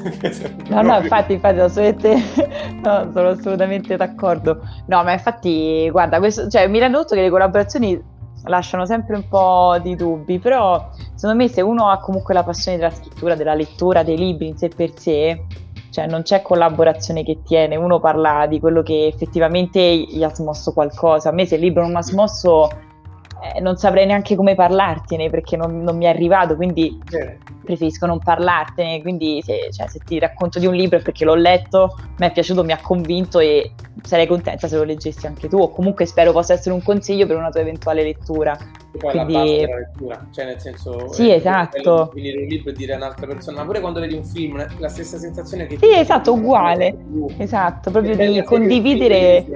No, no, infatti, infatti, assolutamente, no, sono assolutamente d'accordo. No, ma infatti, guarda, questo, cioè, mi rendo conto che le collaborazioni lasciano sempre un po' di dubbi, però secondo me se uno ha comunque la passione della scrittura, della lettura, dei libri in sé per sé, cioè non c'è collaborazione che tiene, uno parla di quello che effettivamente gli ha smosso qualcosa. A me se il libro non mi ha smosso, eh, non saprei neanche come parlartene perché non, non mi è arrivato, quindi preferisco non parlartene. Quindi se, cioè, se ti racconto di un libro è perché l'ho letto, mi è piaciuto, mi ha convinto e sarei contenta se lo leggessi anche tu, o comunque spero possa essere un consiglio per una tua eventuale lettura. Poi Quindi... la base della lettura, cioè nel senso sì, è esatto, finire un libro e dire a un'altra persona, ma pure quando vedi un film la stessa sensazione che sì, esatto, uguale, esatto, proprio di condividere,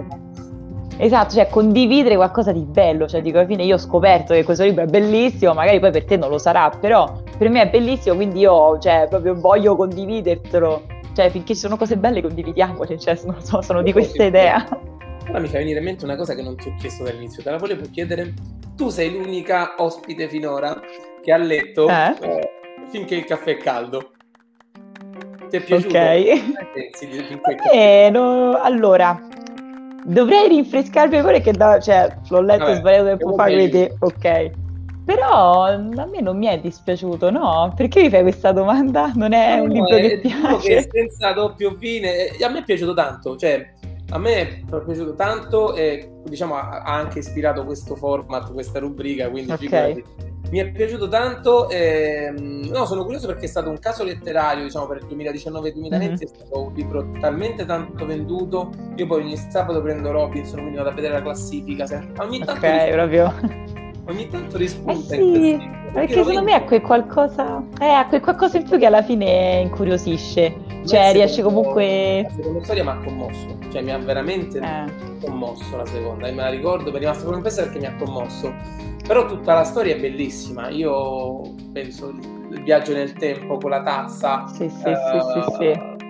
esatto, cioè condividere qualcosa di bello, cioè dico alla fine io ho scoperto che questo libro è bellissimo, magari poi per te non lo sarà, però per me è bellissimo, quindi io cioè proprio voglio condividertelo, cioè finché ci sono cose belle condividiamole, cioè non so, sono di questa idea. Ora mi fa venire in mente una cosa che non ti ho chiesto dall'inizio, te la volevo chiedere. Tu sei l'unica ospite finora che ha letto Eh? eh, Finché il caffè è caldo. Ti è piaciuto? Ok. Sì, Finché il caffè Eh, no, allora, dovrei rinfrescarmi la memoria che da, cioè, l'ho letto Vabbè, sbagliato tempo fa, meglio. quindi ok. Però a me non mi è dispiaciuto, no? Perché mi fai questa domanda? Non è No, un no, libro è, che è uno piace? che senza doppio fine, a me è piaciuto tanto, cioè a me è piaciuto tanto e diciamo ha, ha anche ispirato questo format, questa rubrica, quindi Ok. figurati. Mi è piaciuto tanto, ehm, no, sono curioso perché è stato un caso letterario, diciamo, per il duemiladiciannove duemilaventi, mm-hmm. È stato un libro talmente tanto venduto. Io poi ogni sabato prendo Robinson, quindi vado a vedere la classifica. Ogni tanto ok, rispunta, proprio. Ogni tanto rispunta. Eh sì, in perché secondo me è quel qualcosa, eh, quel qualcosa in più che alla fine incuriosisce. Cioè, riesce comunque... La seconda storia mi ha commosso, cioè mi ha veramente eh. commosso la seconda, e me la ricordo, mi è rimasta come perché mi ha commosso. Però tutta la storia è bellissima. Io penso il viaggio nel tempo con la tazza. Sì, sì, uh, sì, sì,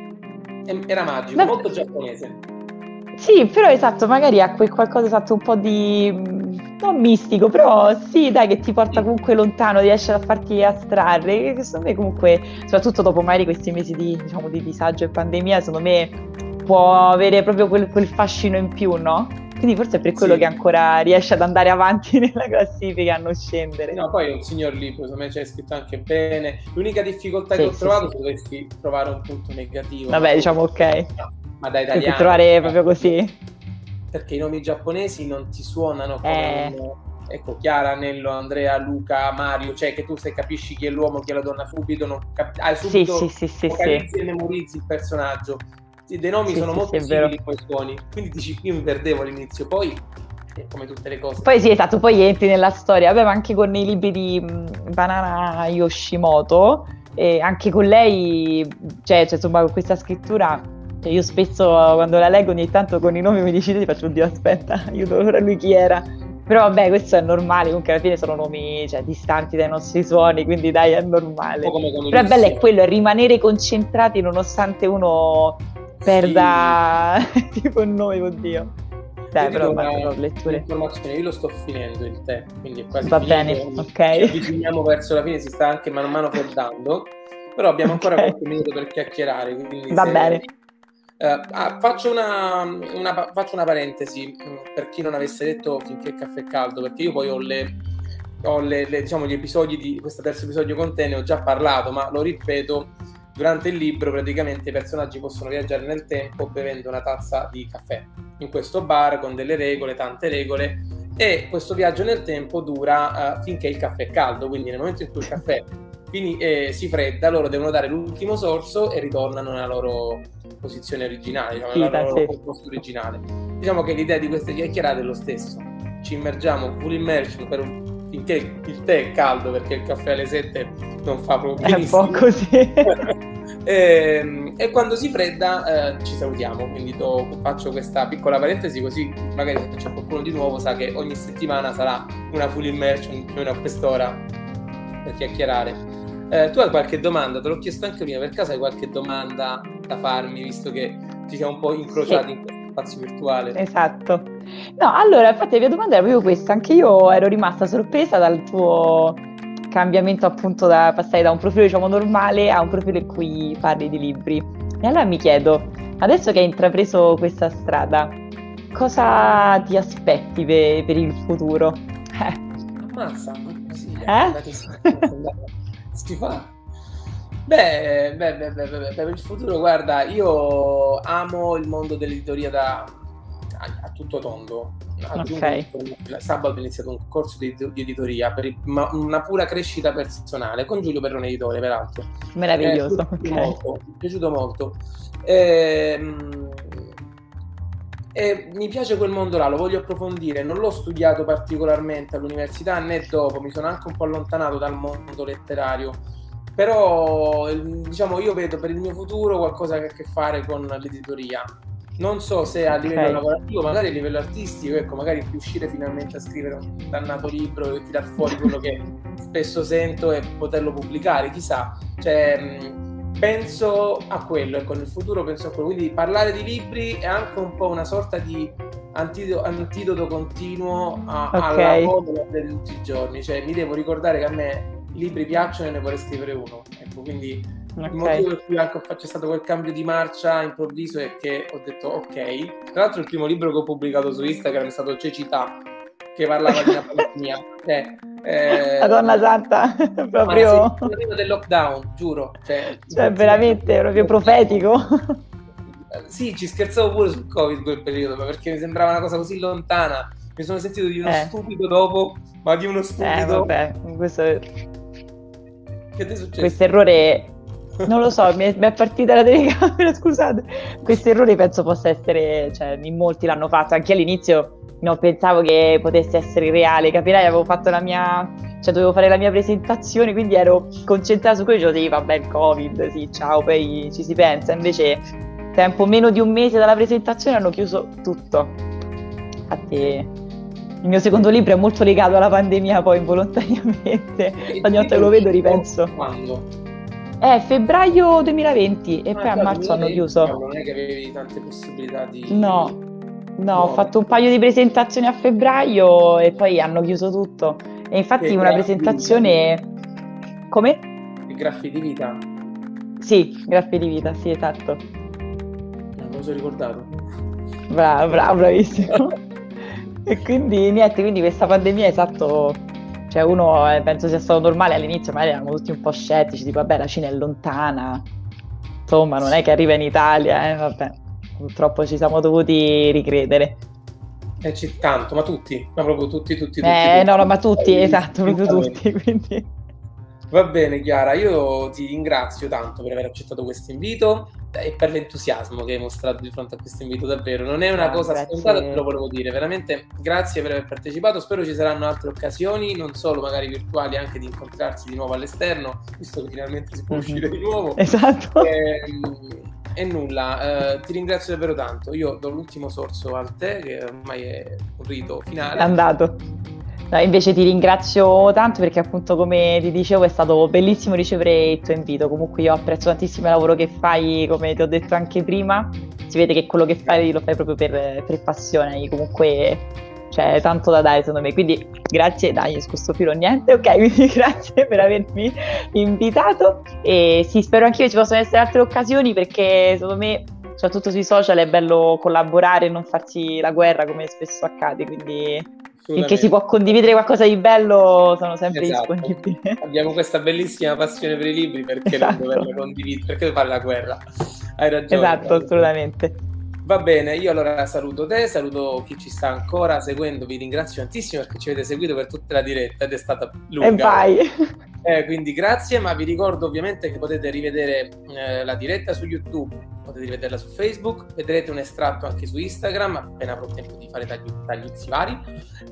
sì. Era magico, Beh, molto giapponese. Sì, però esatto, magari ha quel qualcosa esatto un po' di non mistico, però sì, dai, che ti porta comunque lontano, riesce a farti astrarre. Che secondo me comunque, soprattutto dopo magari questi mesi di, diciamo, di disagio e pandemia, secondo me può avere proprio quel, quel fascino in più, no? Quindi forse è per quello sì. che ancora riesce ad andare avanti nella classifica, a non scendere. No, poi è un signor libro, secondo me c'è scritto anche bene. L'unica difficoltà sì, che ho sì, trovato, sì. se dovessi trovare un punto negativo. Vabbè, diciamo ok. No, ma da italiano. trovare eh, proprio così. Perché i nomi giapponesi non ti suonano come eh. un, ecco, Chiara, Nello, Andrea, Luca, Mario, cioè che tu se capisci chi è l'uomo, chi è la donna subito, non cap- hai subito sì, sì, sì, focalizzi sì. e memorizzi il personaggio. Dei nomi sì, sono sì, molto sì, simili poi suoni, quindi dici, io mi perdevo all'inizio, poi come tutte le cose. Poi sì, esatto, poi entri nella storia. Vabbè, ma anche con i libri di mh, Banana Yoshimoto, e anche con lei, cioè, cioè insomma, con questa scrittura, cioè, io spesso quando la leggo ogni tanto con i nomi mi decido, faccio, oddio, aspetta, aiuto, ora lui chi era? Però vabbè, questo è normale, comunque alla fine sono nomi, cioè, distanti dai nostri suoni, quindi dai, è normale. Però è bello è quello, è rimanere concentrati nonostante uno perda sì. tipo il nome, oddio. Dai, però una letture. Io lo sto finendo il tè, quindi è quasi Va finito. bene, ok. Ci avviciniamo verso la fine, si sta anche man mano freddando, però abbiamo ancora okay. qualche minuto per chiacchierare. Quindi Va se... bene. Uh, ah, faccio, una, una, faccio una parentesi per chi non avesse letto Finché il caffè è caldo, perché io poi ho le, ho le, le diciamo gli episodi di questo terzo episodio con te, ne ho già parlato, ma lo ripeto. Durante il libro praticamente i personaggi possono viaggiare nel tempo bevendo una tazza di caffè in questo bar con delle regole, tante regole, e questo viaggio nel tempo dura uh, finché il caffè è caldo, quindi nel momento in cui il caffè fini, eh, si fredda, loro devono dare l'ultimo sorso e ritornano nella loro posizione originale, diciamo, sì, nella loro composto originale. Diciamo che l'idea di queste chiacchierate è lo stesso, ci immergiamo, full immersion per un finché il tè è caldo, perché il caffè alle sette non fa proprio benissimo. È un po' così. e, e quando si fredda eh, ci salutiamo, quindi do, faccio questa piccola parentesi, così magari se c'è qualcuno di nuovo sa che ogni settimana sarà una full immersion più o meno a quest'ora per chiacchierare. Eh, tu hai qualche domanda? Te l'ho chiesto anche prima, per caso hai qualche domanda da farmi, visto che ci siamo un po' incrociati sì. in questo spazio virtuale? Esatto. No, allora, infatti la mia domanda era proprio questa, anche io ero rimasta sorpresa dal tuo cambiamento, appunto, da passare da un profilo, diciamo, normale a un profilo in cui parli di libri. E allora mi chiedo, adesso che hai intrapreso questa strada, cosa ti aspetti per, per il futuro? Eh. Ammazza, sì, eh? Si fa. Beh, beh, beh, beh, beh, per il futuro, guarda, io amo il mondo dell'editoria da a, a tutto tondo. Okay. Sabato ho iniziato un corso di, di editoria per il, ma una pura crescita personale con Giulio Perrone editore, peraltro. Meraviglioso. Eh, mi, è okay. molto, mi è piaciuto molto. E, e mi piace quel mondo là, lo voglio approfondire. Non l'ho studiato particolarmente all'università né dopo, mi sono anche un po' allontanato dal mondo letterario. Però diciamo io vedo per il mio futuro qualcosa che ha a che fare con l'editoria. Non so se a livello okay. lavorativo, magari a livello artistico, ecco, magari riuscire finalmente a scrivere un dannato libro e tirar fuori quello che spesso sento e poterlo pubblicare, chissà. Cioè, penso a quello, ecco, nel futuro penso a quello. Quindi parlare di libri è anche un po' una sorta di antidoto, antidoto continuo a, okay. alla moda di tutti i giorni. Cioè, mi devo ricordare che a me i libri piacciono e ne vorrei scrivere uno, ecco, quindi okay. il motivo per cui anche c'è stato quel cambio di marcia improvviso è che ho detto ok. Tra l'altro il primo libro che ho pubblicato su Instagram è stato Cecità, che parlava di una pandemia, eh, eh, Madonna santa, proprio sì, prima del lockdown, giuro, cioè, cioè veramente proprio profetico. sì, ci scherzavo pure sul Covid in quel periodo, ma perché mi sembrava una cosa così lontana. Mi sono sentito di uno Eh. stupido dopo, ma di uno Eh, stupido. vabbè, questo, Che ti è successo? questo errore, non lo so, mi è, mi è partita la telecamera, scusate. Questo errore penso possa essere, cioè, in molti l'hanno fatto, anche all'inizio non pensavo che potesse essere reale, capirai, avevo fatto la mia, cioè dovevo fare la mia presentazione, quindi ero concentrata su quello, dicevo, sì, vabbè, il Covid, sì, ciao, poi ci si pensa, invece tempo meno di un mese dalla presentazione hanno chiuso tutto. Infatti il mio secondo libro è molto legato alla pandemia, poi involontariamente, ogni volta che lo vedo ripenso. Quando? È febbraio duemilaventi e Ah, poi a già, marzo hanno duemilaventi, chiuso. Non è che avevi tante possibilità di... No, no, ho No. fatto un paio di presentazioni a febbraio e poi hanno chiuso tutto. E infatti Che una graffi di presentazione... Come? I graffi di vita? Sì, graffi di vita, sì, esatto. Non me lo sono ricordato. Bravo, bravo, bravissimo. E quindi niente, quindi questa pandemia, esatto, cioè uno eh, penso sia stato normale all'inizio, magari eravamo tutti un po' scettici, tipo vabbè la Cina è lontana, insomma non è che arriva in Italia, eh, vabbè, purtroppo ci siamo dovuti ricredere. Eh, ci tanto, ma tutti, ma proprio tutti, tutti, tutti. Eh tutti. no, no, ma tutti, Eh, esatto, proprio distintamente. tutti, quindi... Va bene Chiara, io ti ringrazio tanto per aver accettato questo invito e per l'entusiasmo che hai mostrato di fronte a questo invito, davvero. Non è una Ah, cosa grazie. scontata, te lo volevo dire, veramente grazie per aver partecipato, spero ci saranno altre occasioni, non solo magari virtuali, anche di incontrarsi di nuovo all'esterno, visto che finalmente si può Mhm. uscire di nuovo. Esatto. E, e nulla, eh, ti ringrazio davvero tanto. Io do l'ultimo sorso al tè, che ormai è un rito finale. È andato. No, invece ti ringrazio tanto perché appunto come ti dicevo è stato bellissimo ricevere il tuo invito, comunque io apprezzo tantissimo il lavoro che fai, come ti ho detto anche prima, si vede che quello che fai lo fai proprio per, per passione, hai comunque c'è tanto da dare secondo me, quindi grazie, dai, scuso filo niente, ok, quindi grazie per avermi invitato e sì, spero anche io ci possano essere altre occasioni perché secondo me soprattutto sui social è bello collaborare e non farsi la guerra come spesso accade, quindi finché si può condividere qualcosa di bello sono sempre esatto. disponibile. Abbiamo questa bellissima passione per i libri, perché esatto. non doverla condividere? Perché fare la guerra? Hai ragione. Esatto, assolutamente. Va bene, io allora saluto te, saluto chi ci sta ancora seguendo, vi ringrazio tantissimo perché ci avete seguito per tutta la diretta ed è stata lunga. E vai! Eh, quindi grazie, ma vi ricordo ovviamente che potete rivedere eh, la diretta su YouTube, potete rivederla su Facebook, vedrete un estratto anche su Instagram, appena avrò tempo di fare tagli, tagliuzzi vari,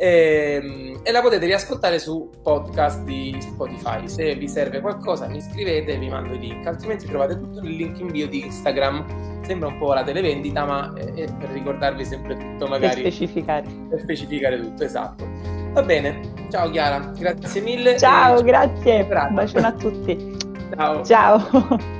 e, e la potete riascoltare su podcast di Spotify. Se vi serve qualcosa mi scrivete, vi mando i link, altrimenti trovate tutto nel link in bio di Instagram. Sembra un po' la televendita, ma è per ricordarvi sempre tutto, magari per specificare. Per specificare tutto, esatto. Va bene, ciao Chiara, grazie mille. Ciao, e... grazie. Un bacione a tutti. Ciao. Ciao.